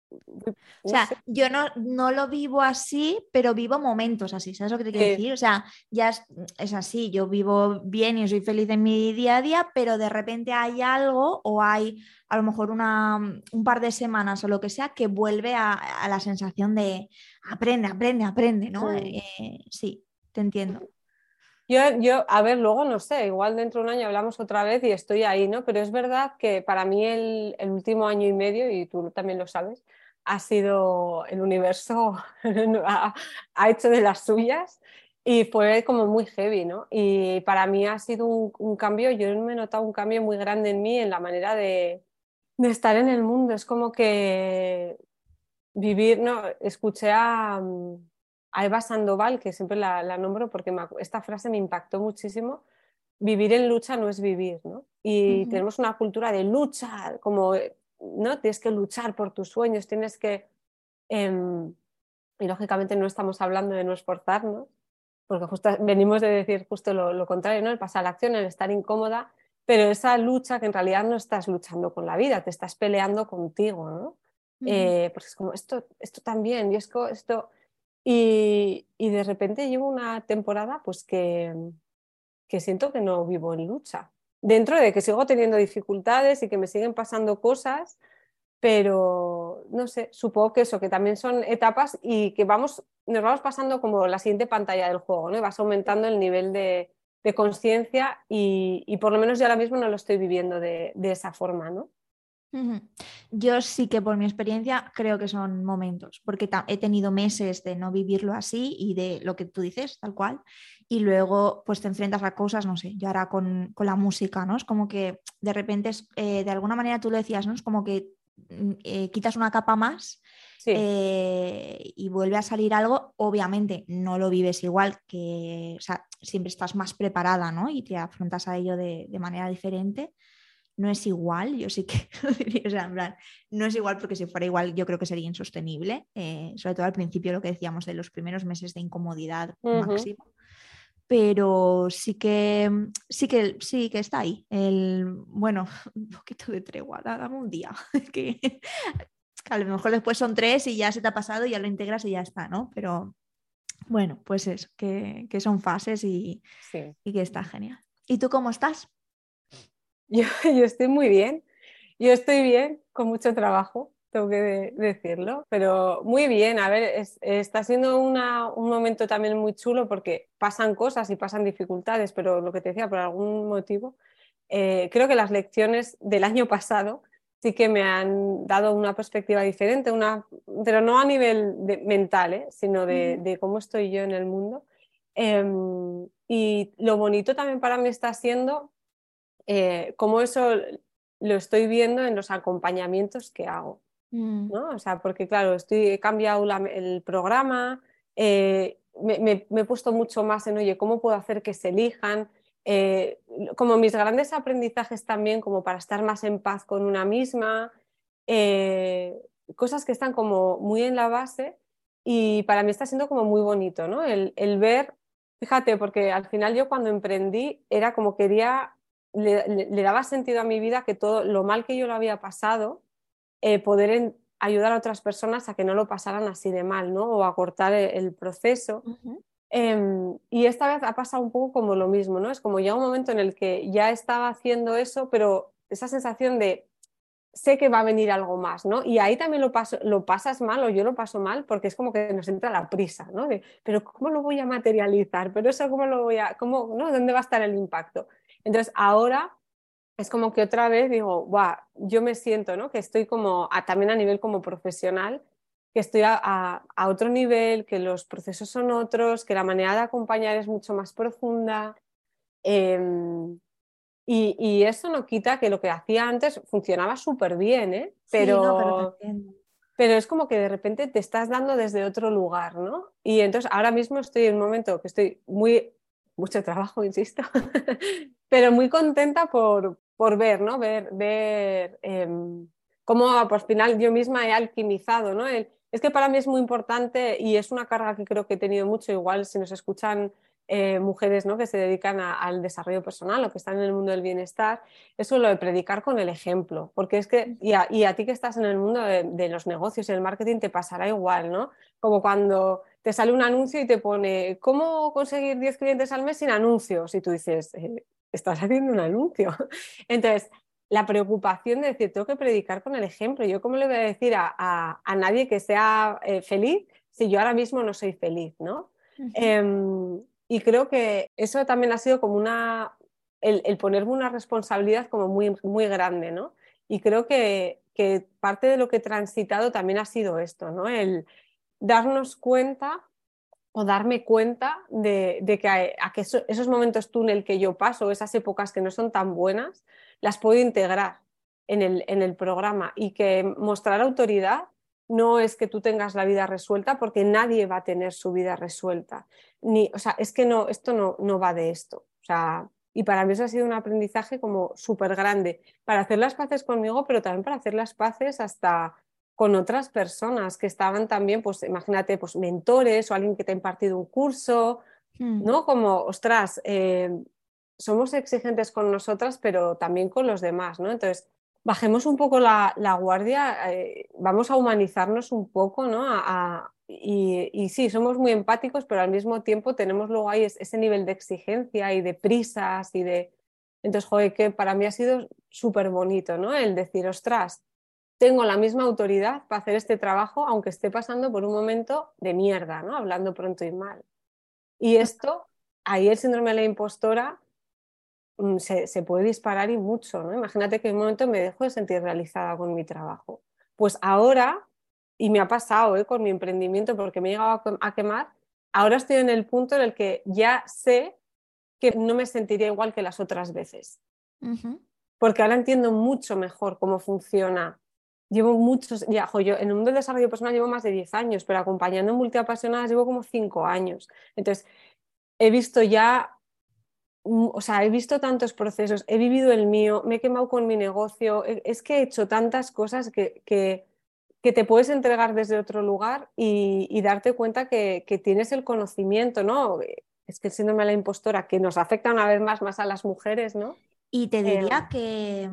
O no sé. sea, yo no, no lo vivo así, pero vivo momentos así, ¿sabes lo que te quiero Eh, decir? O sea, ya es, es así, yo vivo bien y soy feliz en mi día a día, pero de repente hay algo o hay a lo mejor una, un par de semanas o lo que sea que vuelve a, a la sensación de aprende, aprende, aprende, ¿no? mm. Eh, sí, te entiendo. Yo, yo, a ver, luego no sé, igual dentro de un año hablamos otra vez y estoy ahí, ¿no? Pero es verdad que para mí el, el último año y medio, y tú también lo sabes, ha sido el universo, ha, ha hecho de las suyas y fue como muy heavy, ¿no? Y para mí ha sido un, un cambio, yo me he notado un cambio muy grande en mí, en la manera de, de estar en el mundo. Es como que vivir, no, escuché a, mm, a Eva Sandoval, que siempre la, la nombro porque me acu- esta frase me impactó muchísimo. Vivir en lucha no es vivir, ¿no? Y Ujú. tenemos una cultura de lucha, como, eh, ¿no? Tienes que luchar por tus sueños, tienes que... em, y lógicamente no estamos hablando de no esforzarnos, porque justo venimos de decir justo lo, lo contrario, ¿no? El pasar a la acción, el estar incómoda, pero esa lucha que en realidad no estás luchando con la vida, te estás peleando contigo, ¿no? Ujú. Eh, porque es como esto, esto también, y es que esto... y, y de repente llevo una temporada pues que, que siento que no vivo en lucha. Dentro de que sigo teniendo dificultades y que me siguen pasando cosas, pero no sé, supongo que eso, que también son etapas y que vamos, nos vamos pasando como la siguiente pantalla del juego, ¿no? Y vas aumentando el nivel de, de conciencia y, y por lo menos yo ahora mismo no lo estoy viviendo de, de esa forma, ¿no? Ujú. Yo sí que por mi experiencia creo que son momentos, porque ta- he tenido meses de no vivirlo así y de lo que tú dices, tal cual, y luego pues te enfrentas a cosas, no sé, yo ahora con, con la música, ¿no? Es como que de repente, es, eh, de alguna manera tú lo decías, ¿no? Es como que mm, eh, quitas una capa más Sí. eh, y vuelve a salir algo, obviamente no lo vives igual, que, o sea, siempre estás más preparada, ¿no? Y te afrontas a ello de, de manera diferente. No es igual, yo sí que lo diría, o sea, en plan, no es igual porque si fuera igual yo creo que sería insostenible, eh, sobre todo al principio lo que decíamos de los primeros meses de incomodidad Ujú. máximo, pero sí que sí que sí que está ahí. El, bueno, un poquito de tregua, dame un día, que, que a lo mejor después son tres y ya se te ha pasado y ya lo integras y ya está, ¿no? Pero bueno, pues es que, que son fases y, Sí. y que está genial. ¿Y tú cómo estás? Yo, yo estoy muy bien, yo estoy bien, con mucho trabajo, tengo que de- decirlo, pero muy bien, a ver, es- está siendo una- un momento también muy chulo porque pasan cosas y pasan dificultades, pero lo que te decía, por algún motivo, eh, creo que las lecciones del año pasado sí que me han dado una perspectiva diferente, una, pero no a nivel de- mental, ¿eh? Sino de, Ujú. de cómo estoy yo en el mundo. Em, y lo bonito también para mí está siendo eh, cómo eso lo estoy viendo en los acompañamientos que hago, Mm, ¿no? O sea, porque claro, estoy, he cambiado la- el programa, eh, me, me- me he puesto mucho más en, oye, ¿cómo puedo hacer que se elijan? Eh, como mis grandes aprendizajes también, como para estar más en paz con una misma, eh, cosas que están como muy en la base y para mí está siendo como muy bonito, ¿no? El, el ver, fíjate, porque al final yo cuando emprendí era como quería, le, le- le daba sentido a mi vida que todo lo mal que yo lo había pasado, eh, poder en- ayudar a otras personas a que no lo pasaran así de mal, ¿no? O a cortar el, el proceso. ujú, Em, y esta vez ha pasado un poco como lo mismo, ¿no? Es como ya un momento en el que ya estaba haciendo eso, pero esa sensación de sé que va a venir algo más, ¿no? Y ahí también lo, paso, lo pasas mal o yo lo paso mal porque es como que nos entra la prisa, ¿no? De, pero ¿cómo lo voy a materializar? Pero eso, ¿cómo lo voy a, cómo, ¿no? ¿Dónde va a estar el impacto? Entonces, ahora es como que otra vez digo, guau, yo me siento, ¿no? Que estoy como, a, también a nivel como profesional, que estoy a, a, a, otro nivel, que los procesos son otros, que la manera de acompañar es mucho más profunda. Eh, y, y, eso no quita que lo que hacía antes funcionaba súper bien, ¿eh? sí, no, pero te Pero, entiendo. pero es como que de repente te estás dando desde otro lugar, ¿no? Y entonces ahora mismo estoy en un momento que estoy muy, mucho trabajo, insisto, pero muy contenta por, por ver, ¿no? Ver, ver eh, cómo por final yo misma he alquimizado, ¿no? El, es que para mí es muy importante y es una carga que creo que he tenido mucho, igual si nos escuchan eh, mujeres, ¿no? Que se dedican a, al desarrollo personal o que están en el mundo del bienestar, eso lo de predicar con el ejemplo, porque es que, y a, y a ti que estás en el mundo de, de los negocios y el marketing te pasará igual, ¿no? Como cuando te sale un anuncio y te pone, ¿cómo conseguir diez clientes al mes sin anuncios? Y tú dices, eh, estás haciendo un anuncio. Entonces, la preocupación de decir, tengo que predicar con el ejemplo. ¿Yo cómo le voy a decir a, a, a nadie que sea eh, feliz si yo ahora mismo no soy feliz, ¿no? Ujú. Eh, y creo que eso también ha sido como una, el, el ponerme una responsabilidad como muy, muy grande, ¿no? Y creo que, que parte de lo que he transitado también ha sido esto, ¿no? El darnos cuenta o darme cuenta de, de que, a, a que eso, esos momentos túnel que yo paso, esas épocas que no son tan buenas, las puedo integrar en el, en el programa y que mostrar autoridad no es que tú tengas la vida resuelta porque nadie va a tener su vida resuelta. Ni, o sea, es que no, esto no, no va de esto. O sea, y para mí eso ha sido un aprendizaje como súper grande para hacer las paces conmigo, pero también para hacer las paces hasta con otras personas que estaban también, pues imagínate, pues mentores o alguien que te ha impartido un curso, Mm. ¿no? Como, ostras, eh, somos exigentes con nosotras, pero también con los demás, ¿no? Entonces, bajemos un poco la, la guardia, eh, vamos a humanizarnos un poco, ¿no? A, y, y sí, somos muy empáticos, pero al mismo tiempo tenemos luego ahí ese nivel de exigencia y de prisas y de... Entonces, joder, que para mí ha sido súper bonito, ¿no? El decir, ostras, tengo la misma autoridad para hacer este trabajo, aunque esté pasando por un momento de mierda, ¿no? Hablando pronto y mal. Y esto, ahí el síndrome de la impostora mm, se, se puede disparar y mucho, ¿no? Imagínate que en un momento me dejo de sentir realizada con mi trabajo. Pues ahora, y me ha pasado, ¿eh? Con mi emprendimiento, porque me he llegado a, a quemar, ahora estoy en el punto en el que ya sé que no me sentiría igual que las otras veces. Uh-huh. Porque ahora entiendo mucho mejor cómo funciona. Llevo muchos, ya, jo, yo en el mundo del desarrollo personal llevo más de diez años, pero acompañando en multiapasionadas llevo como cinco años. Entonces, he visto ya, o sea, he visto tantos procesos, he vivido el mío, me he quemado con mi negocio, es que he hecho tantas cosas que, que, que te puedes entregar desde otro lugar y, y darte cuenta que, que tienes el conocimiento, ¿no? Es que el síndrome de la impostora, que nos afecta una vez más, más a las mujeres, ¿no? Y te Eh, diría que,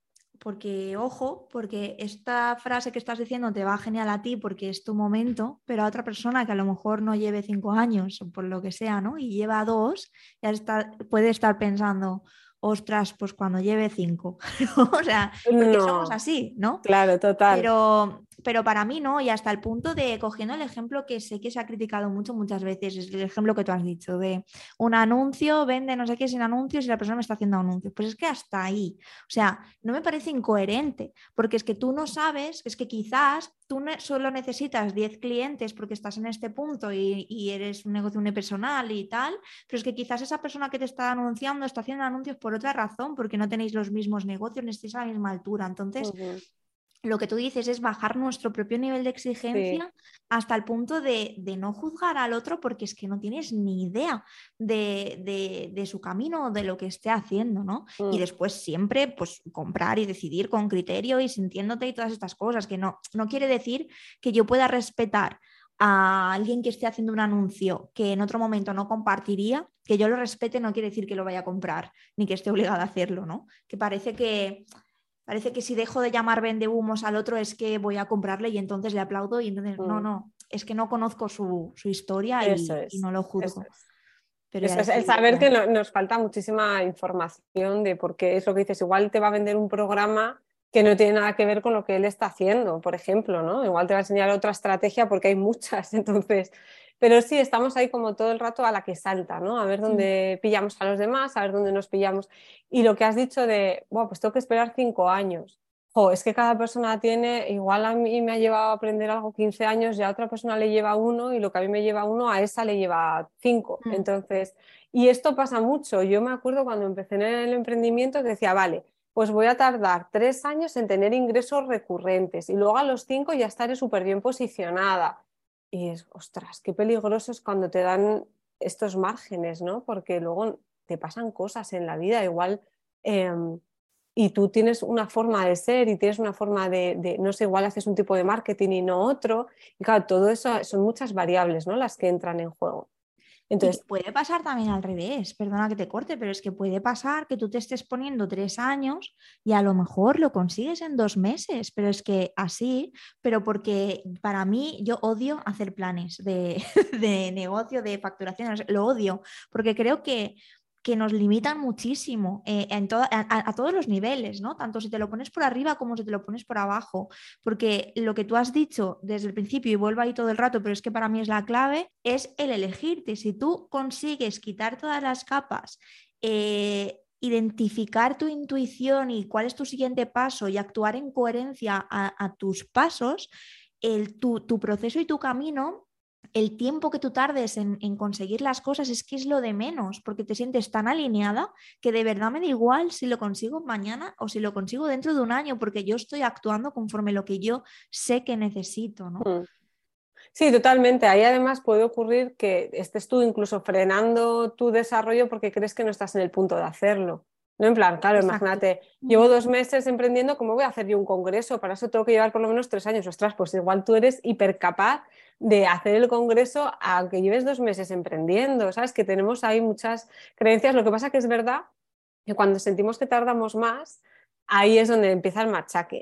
porque, ojo, porque esta frase que estás diciendo te va genial a ti porque es tu momento, pero a otra persona que a lo mejor no lleve cinco años o por lo que sea, ¿no? Y lleva dos, ya está, puede estar pensando, ostras, pues cuando lleve cinco. O sea, porque somos no, así, ¿no? claro, total. Pero, pero para mí no, y hasta el punto de, cogiendo el ejemplo que sé que se ha criticado mucho muchas veces, es el ejemplo que tú has dicho, de un anuncio, vende no sé qué sin anuncios y la persona me está haciendo anuncios. Pues es que hasta ahí, o sea, no me parece incoherente, porque es que tú no sabes, es que quizás tú solo necesitas diez clientes porque estás en este punto y, y eres un negocio unipersonal y tal, pero es que quizás esa persona que te está anunciando está haciendo anuncios por otra razón, porque no tenéis los mismos negocios, ni estáis a la misma altura. Entonces, Uh-huh. lo que tú dices es bajar nuestro propio nivel de Sí. exigencia hasta el punto de, de no juzgar al otro porque es que no tienes ni idea de, de, de su camino o de lo que esté haciendo, ¿no? Y Mm. después siempre, pues, comprar y decidir con criterio y sintiéndote y todas estas cosas, que no, no quiere decir que yo pueda respetar a alguien que esté haciendo un anuncio que en otro momento no compartiría, que yo lo respete no quiere decir que lo vaya a comprar, ni que esté obligada a hacerlo, ¿no? Que parece que Parece que si dejo de llamar vendehumos al otro es que voy a comprarle y entonces le aplaudo y entonces no, Mm. no, es que no conozco su, su historia Eso y, y, es, no lo eso juzgo. es. Pero ya Eso es el decidiré qué saber que hacer. no, nos falta muchísima información de por qué es lo que dices. Igual te va a vender un programa que no tiene nada que ver con lo que él está haciendo, por ejemplo, ¿no? Igual te va a enseñar otra estrategia porque hay muchas, entonces. Pero sí, estamos ahí como todo el rato a la que salta, ¿no? A ver Mm. dónde pillamos a los demás, a ver dónde nos pillamos. Y lo que has dicho de, bueno, pues tengo que esperar cinco años. Jo, es que cada persona tiene, igual a mí me ha llevado a aprender algo quince años y a otra persona le lleva uno y lo que a mí me lleva uno, a esa le lleva cinco. Mm. Entonces, y esto pasa mucho. Yo me acuerdo cuando empecé en el emprendimiento que decía, vale, pues voy a tardar tres años en tener ingresos recurrentes y luego a los cinco ya estaré súper bien posicionada. Y es, ostras, qué peligroso es cuando te dan estos márgenes, ¿no? Porque luego te pasan cosas en la vida, igual... Eh, y tú tienes una forma de ser y tienes una forma de, de, no sé, igual haces un tipo de marketing y no otro. Y claro, todo eso son muchas variables, ¿no? Las que entran en juego. Y que Entonces, puede pasar también al revés, perdona que te corte, pero es que puede pasar que tú te estés poniendo tres años y a lo mejor lo consigues en dos meses, pero es que así, pero porque para mí yo odio hacer planes de, de negocio, de facturación, lo odio, porque creo que que nos limitan muchísimo eh, en to- a, a, a, todos los niveles, ¿no? Tanto si te lo pones por arriba como si te lo pones por abajo, porque lo que tú has dicho desde el principio, y vuelvo ahí todo el rato, pero es que para mí es la clave, es el elegirte. Si tú consigues quitar todas las capas, eh, identificar tu intuición y cuál es tu siguiente paso y actuar en coherencia a, a tus pasos, el, tu, tu proceso y tu camino, el tiempo que tú tardes en, en, conseguir las cosas es que es lo de menos, porque te sientes tan alineada que de verdad me da igual si lo consigo mañana o si lo consigo dentro de un año, porque yo estoy actuando conforme lo que yo sé que necesito, ¿no? hmm. Sí, totalmente. Ahí además puede ocurrir que estés tú incluso frenando tu desarrollo porque crees que no estás en el punto de hacerlo. No, en plan, claro, Exacto. imagínate, llevo Uh-huh. dos meses emprendiendo, ¿cómo voy a hacer yo un congreso? Para eso tengo que llevar por lo menos tres años. Ostras, pues igual tú eres hipercapaz de hacer el congreso aunque lleves dos meses emprendiendo, ¿sabes? Que tenemos ahí muchas creencias. Lo que pasa que es verdad que cuando sentimos que tardamos más, ahí es donde empieza el machaque.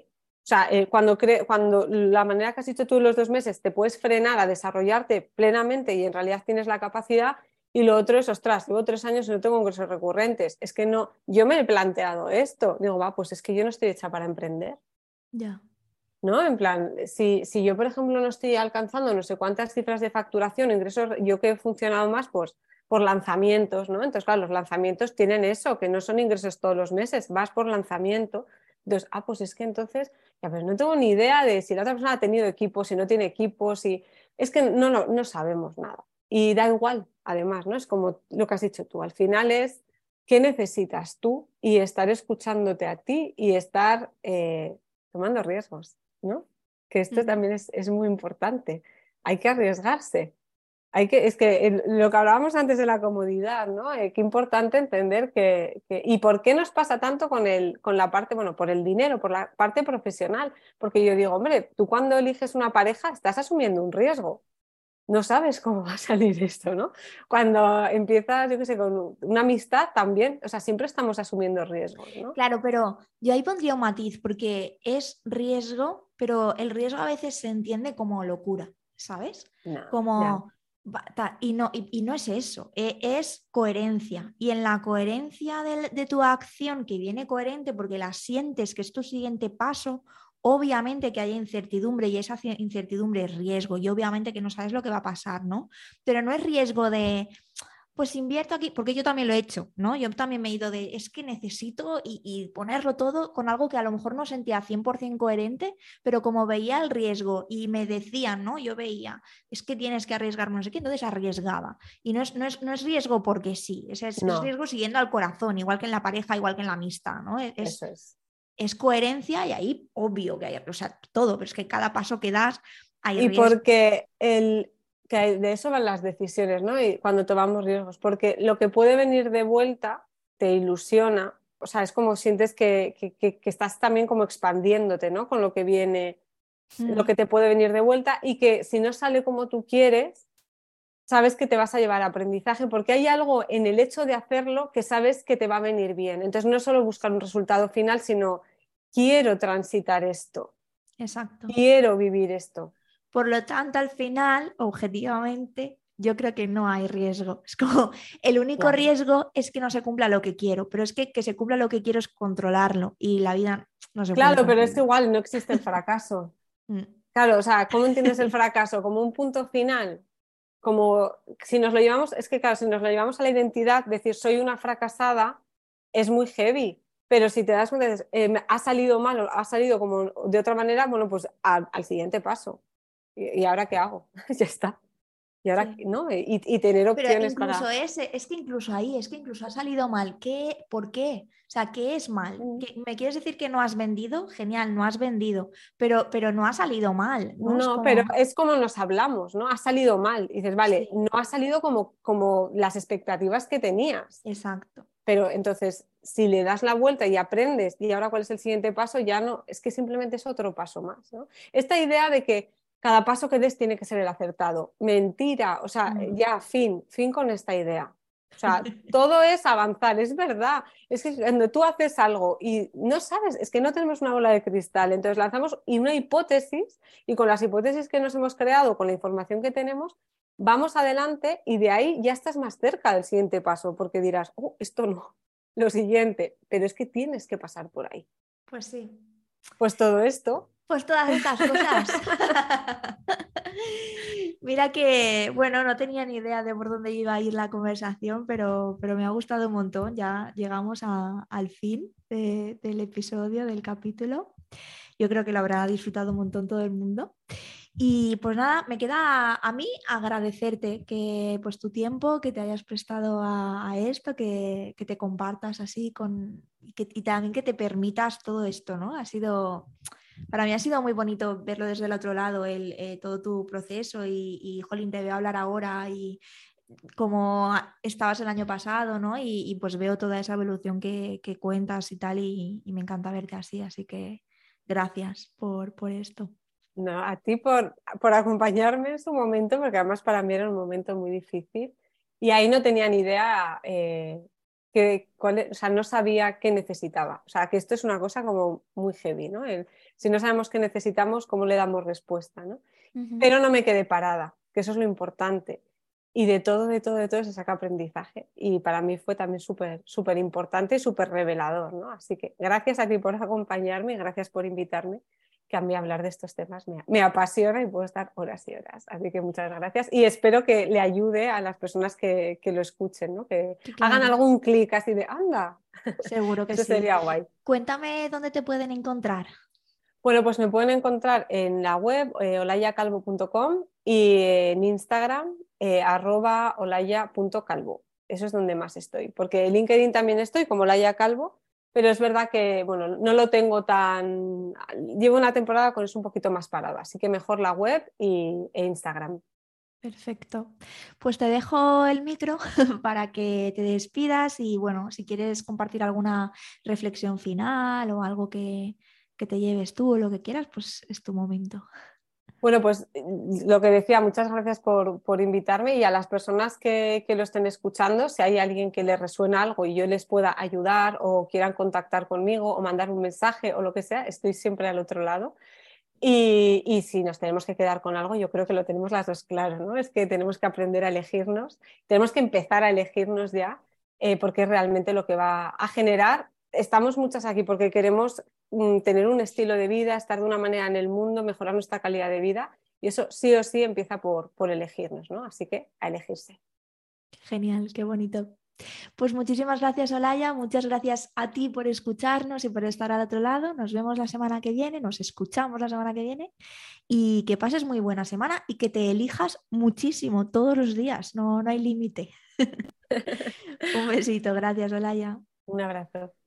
sea, eh, cuando, cre- cuando la manera que has dicho tú en los dos meses te puedes frenar a desarrollarte plenamente y en realidad tienes la capacidad, y lo otro es, ostras, llevo tres años y no tengo ingresos recurrentes. Es que no, yo me he planteado esto. Digo, va, pues es que yo no estoy hecha para emprender. Ya. ¿No? En plan, si, si yo, por ejemplo, no estoy alcanzando no sé cuántas cifras de facturación, ingresos, yo que he funcionado más, pues por lanzamientos, ¿no? Entonces, claro, los lanzamientos tienen eso, que no son ingresos todos los meses, vas por lanzamiento. Entonces, ah, pues es que entonces, ya pues no tengo ni idea de si la otra persona ha tenido equipo, si no tiene equipo, si... Es que no, no, no sabemos nada. Y da igual, además, ¿no? Es como lo que has dicho tú, al final es qué necesitas tú y estar escuchándote a ti y estar eh, tomando riesgos, ¿no? Que esto Ujú. también es, es muy importante. Hay que arriesgarse. Hay que, es que el- lo que hablábamos antes de la comodidad, ¿no? Eh, qué importante entender que, que- ¿y por qué nos pasa tanto con, el, con la parte, bueno, por el dinero, por la parte profesional? Porque yo digo, hombre, tú cuando eliges una pareja estás asumiendo un riesgo. No sabes cómo va a salir esto, ¿no? Cuando empiezas, yo qué sé, con una amistad también, o sea, siempre estamos asumiendo riesgos, ¿no? Claro, pero yo ahí pondría un matiz porque es riesgo, pero el riesgo a veces se entiende como locura, ¿sabes? No, ya. Como, va, ta- y, no, y, y no es eso, e- es coherencia. Y en la coherencia del- de, tu acción, que viene coherente porque la sientes, que es tu siguiente paso, obviamente que haya incertidumbre y esa ci- incertidumbre es riesgo y obviamente que no sabes lo que va a pasar, ¿no? Pero no es riesgo de pues invierto aquí, porque yo también lo he hecho, ¿no? Yo también me he ido de, es que necesito y, y ponerlo todo con algo que a lo mejor no sentía cien por ciento coherente, pero como veía el riesgo y me decían, ¿no? Yo veía, es que tienes que arriesgar, no sé qué, entonces arriesgaba. Y no es, no es, no es riesgo porque sí, es, es, es No, riesgo siguiendo al corazón, igual que en la pareja, igual que en la amistad, ¿no? Es, eso es. es coherencia y ahí obvio que hay, o sea, todo, pero es que cada paso que das hay Y riesgo. porque el, que de eso van las decisiones, ¿no? Y cuando tomamos riesgos, porque lo que puede venir de vuelta te ilusiona, o sea, es como sientes que, que, que, que estás también como expandiéndote, ¿no? Con lo que viene, lo Mm, que te puede venir de vuelta y que si no sale como tú quieres, sabes que te vas a llevar aprendizaje porque hay algo en el hecho de hacerlo que sabes que te va a venir bien. Entonces no es solo buscar un resultado final, sino quiero transitar esto, exacto. quiero vivir esto. Por lo tanto, al final, objetivamente, yo creo que no hay riesgo. Es como el único Claro. riesgo es que no se cumpla lo que quiero, pero es que que se cumpla lo que quiero es controlarlo y la vida no se puede Claro, pero es controlar. igual, no existe el fracaso. Mm. Claro, o sea, ¿cómo entiendes el fracaso? ¿Como un punto final? Como si nos lo llevamos, es que claro, si nos lo llevamos a la identidad, decir soy una fracasada es muy heavy. Pero si te das cuenta, dices, eh, me ha salido mal o ha salido como de otra manera, bueno, pues al, al siguiente paso. ¿Y, y ahora qué hago? Ya está. Y ahora, Sí. ¿no? Y, y tener Pero opciones incluso para... ese, es que incluso ahí, es que incluso ha salido mal. ¿Qué, ¿Por qué? O sea, ¿qué es mal? Mm. ¿Qué- ¿Me quieres decir que no has vendido? Genial, no has vendido, pero, pero no ha salido mal, ¿no? Es No, pero como, es como nos hablamos, ¿no? Ha salido mal. Y dices, vale, sí, no ha salido como, como las expectativas que tenías. exacto. Pero entonces, si le das la vuelta y aprendes, y ahora cuál es el siguiente paso, ya no, es que simplemente es otro paso más, ¿no? Esta idea de que cada paso que des tiene que ser el acertado. Mentira, o sea, Mm. ya, fin, fin con esta idea. O sea, todo es avanzar, es verdad. Es que cuando tú haces algo y no sabes, es que no tenemos una bola de cristal, entonces lanzamos una hipótesis y con las hipótesis que nos hemos creado, con la información que tenemos, vamos adelante y de ahí ya estás más cerca del siguiente paso, porque dirás, oh, esto no, lo siguiente, pero es que tienes que pasar por ahí. Pues sí. Pues todo esto, Pues todas estas cosas. Mira que, bueno, no tenía ni idea de por dónde iba a ir la conversación, pero, pero me ha gustado un montón. Ya llegamos a- al fin de- del episodio, del capítulo. Yo creo que lo habrá disfrutado un montón todo el mundo. Y pues nada, me queda a mí agradecerte que pues tu tiempo, que te hayas prestado a, a esto, que, que te compartas así con, y, que, y también que te permitas todo esto, ¿no? Ha sido, para mí ha sido muy bonito verlo desde el otro lado, el, eh, todo tu proceso y, y, jolín, te veo hablar ahora y como estabas el año pasado, ¿no? Y, y pues veo toda esa evolución que, que cuentas y tal y, y me encanta verte así, así que gracias por, por esto. no, a ti por, por acompañarme en su momento, porque además para mí era un momento muy difícil y ahí no tenía ni idea. Eh, que, cuál, o sea, no sabía qué necesitaba. O sea, que esto es una cosa como muy heavy, ¿no? El, si no sabemos qué necesitamos, ¿cómo le damos respuesta, ¿no? Uh-huh. Pero no me quedé parada, que eso es lo importante. Y de todo, de todo, de todo se saca aprendizaje. Y para mí fue también súper, súper importante y súper revelador, ¿no? Así que gracias a ti por acompañarme y gracias por invitarme, que a mí hablar de estos temas me, me apasiona y puedo estar horas y horas. Así que muchas gracias y espero que le ayude a las personas que, que lo escuchen, ¿no? Que Sí, hagan claro, algún clic así de, anda, seguro que eso sí. sería guay. Cuéntame dónde te pueden encontrar. Bueno, pues me pueden encontrar en la web eh, olaya calvo punto com y en Instagram eh, arroba olaya punto calvo. Eso es donde más estoy, porque en LinkedIn también estoy como Olaya Calvo, pero es verdad que bueno, no lo tengo tan... Llevo una temporada con eso un poquito más parado, así que mejor la web y, e Instagram. Perfecto. Pues te dejo el micro para que te despidas y bueno, si quieres compartir alguna reflexión final o algo que, que te lleves tú o lo que quieras, pues es tu momento. Bueno, pues lo que decía, muchas gracias por, por invitarme y a las personas que, que lo estén escuchando, si hay alguien que les resuena algo y yo les pueda ayudar o quieran contactar conmigo o mandar un mensaje o lo que sea, estoy siempre al otro lado. Y, y si nos tenemos que quedar con algo, yo creo que lo tenemos las dos claras, ¿no? Es que tenemos que aprender a elegirnos, tenemos que empezar a elegirnos ya, eh, porque es realmente lo que va a generar. Estamos muchas aquí porque queremos mm, tener un estilo de vida, estar de una manera en el mundo, mejorar nuestra calidad de vida, y eso sí o sí empieza por, por elegirnos, ¿no? Así que a elegirse. Genial, qué bonito. Pues muchísimas gracias, Olaya. Muchas gracias a ti por escucharnos y por estar al otro lado. Nos vemos la semana que viene, nos escuchamos la semana que viene y que pases muy buena semana y que te elijas muchísimo todos los días. No, no hay límite. Un besito, gracias, Olaya. Un abrazo.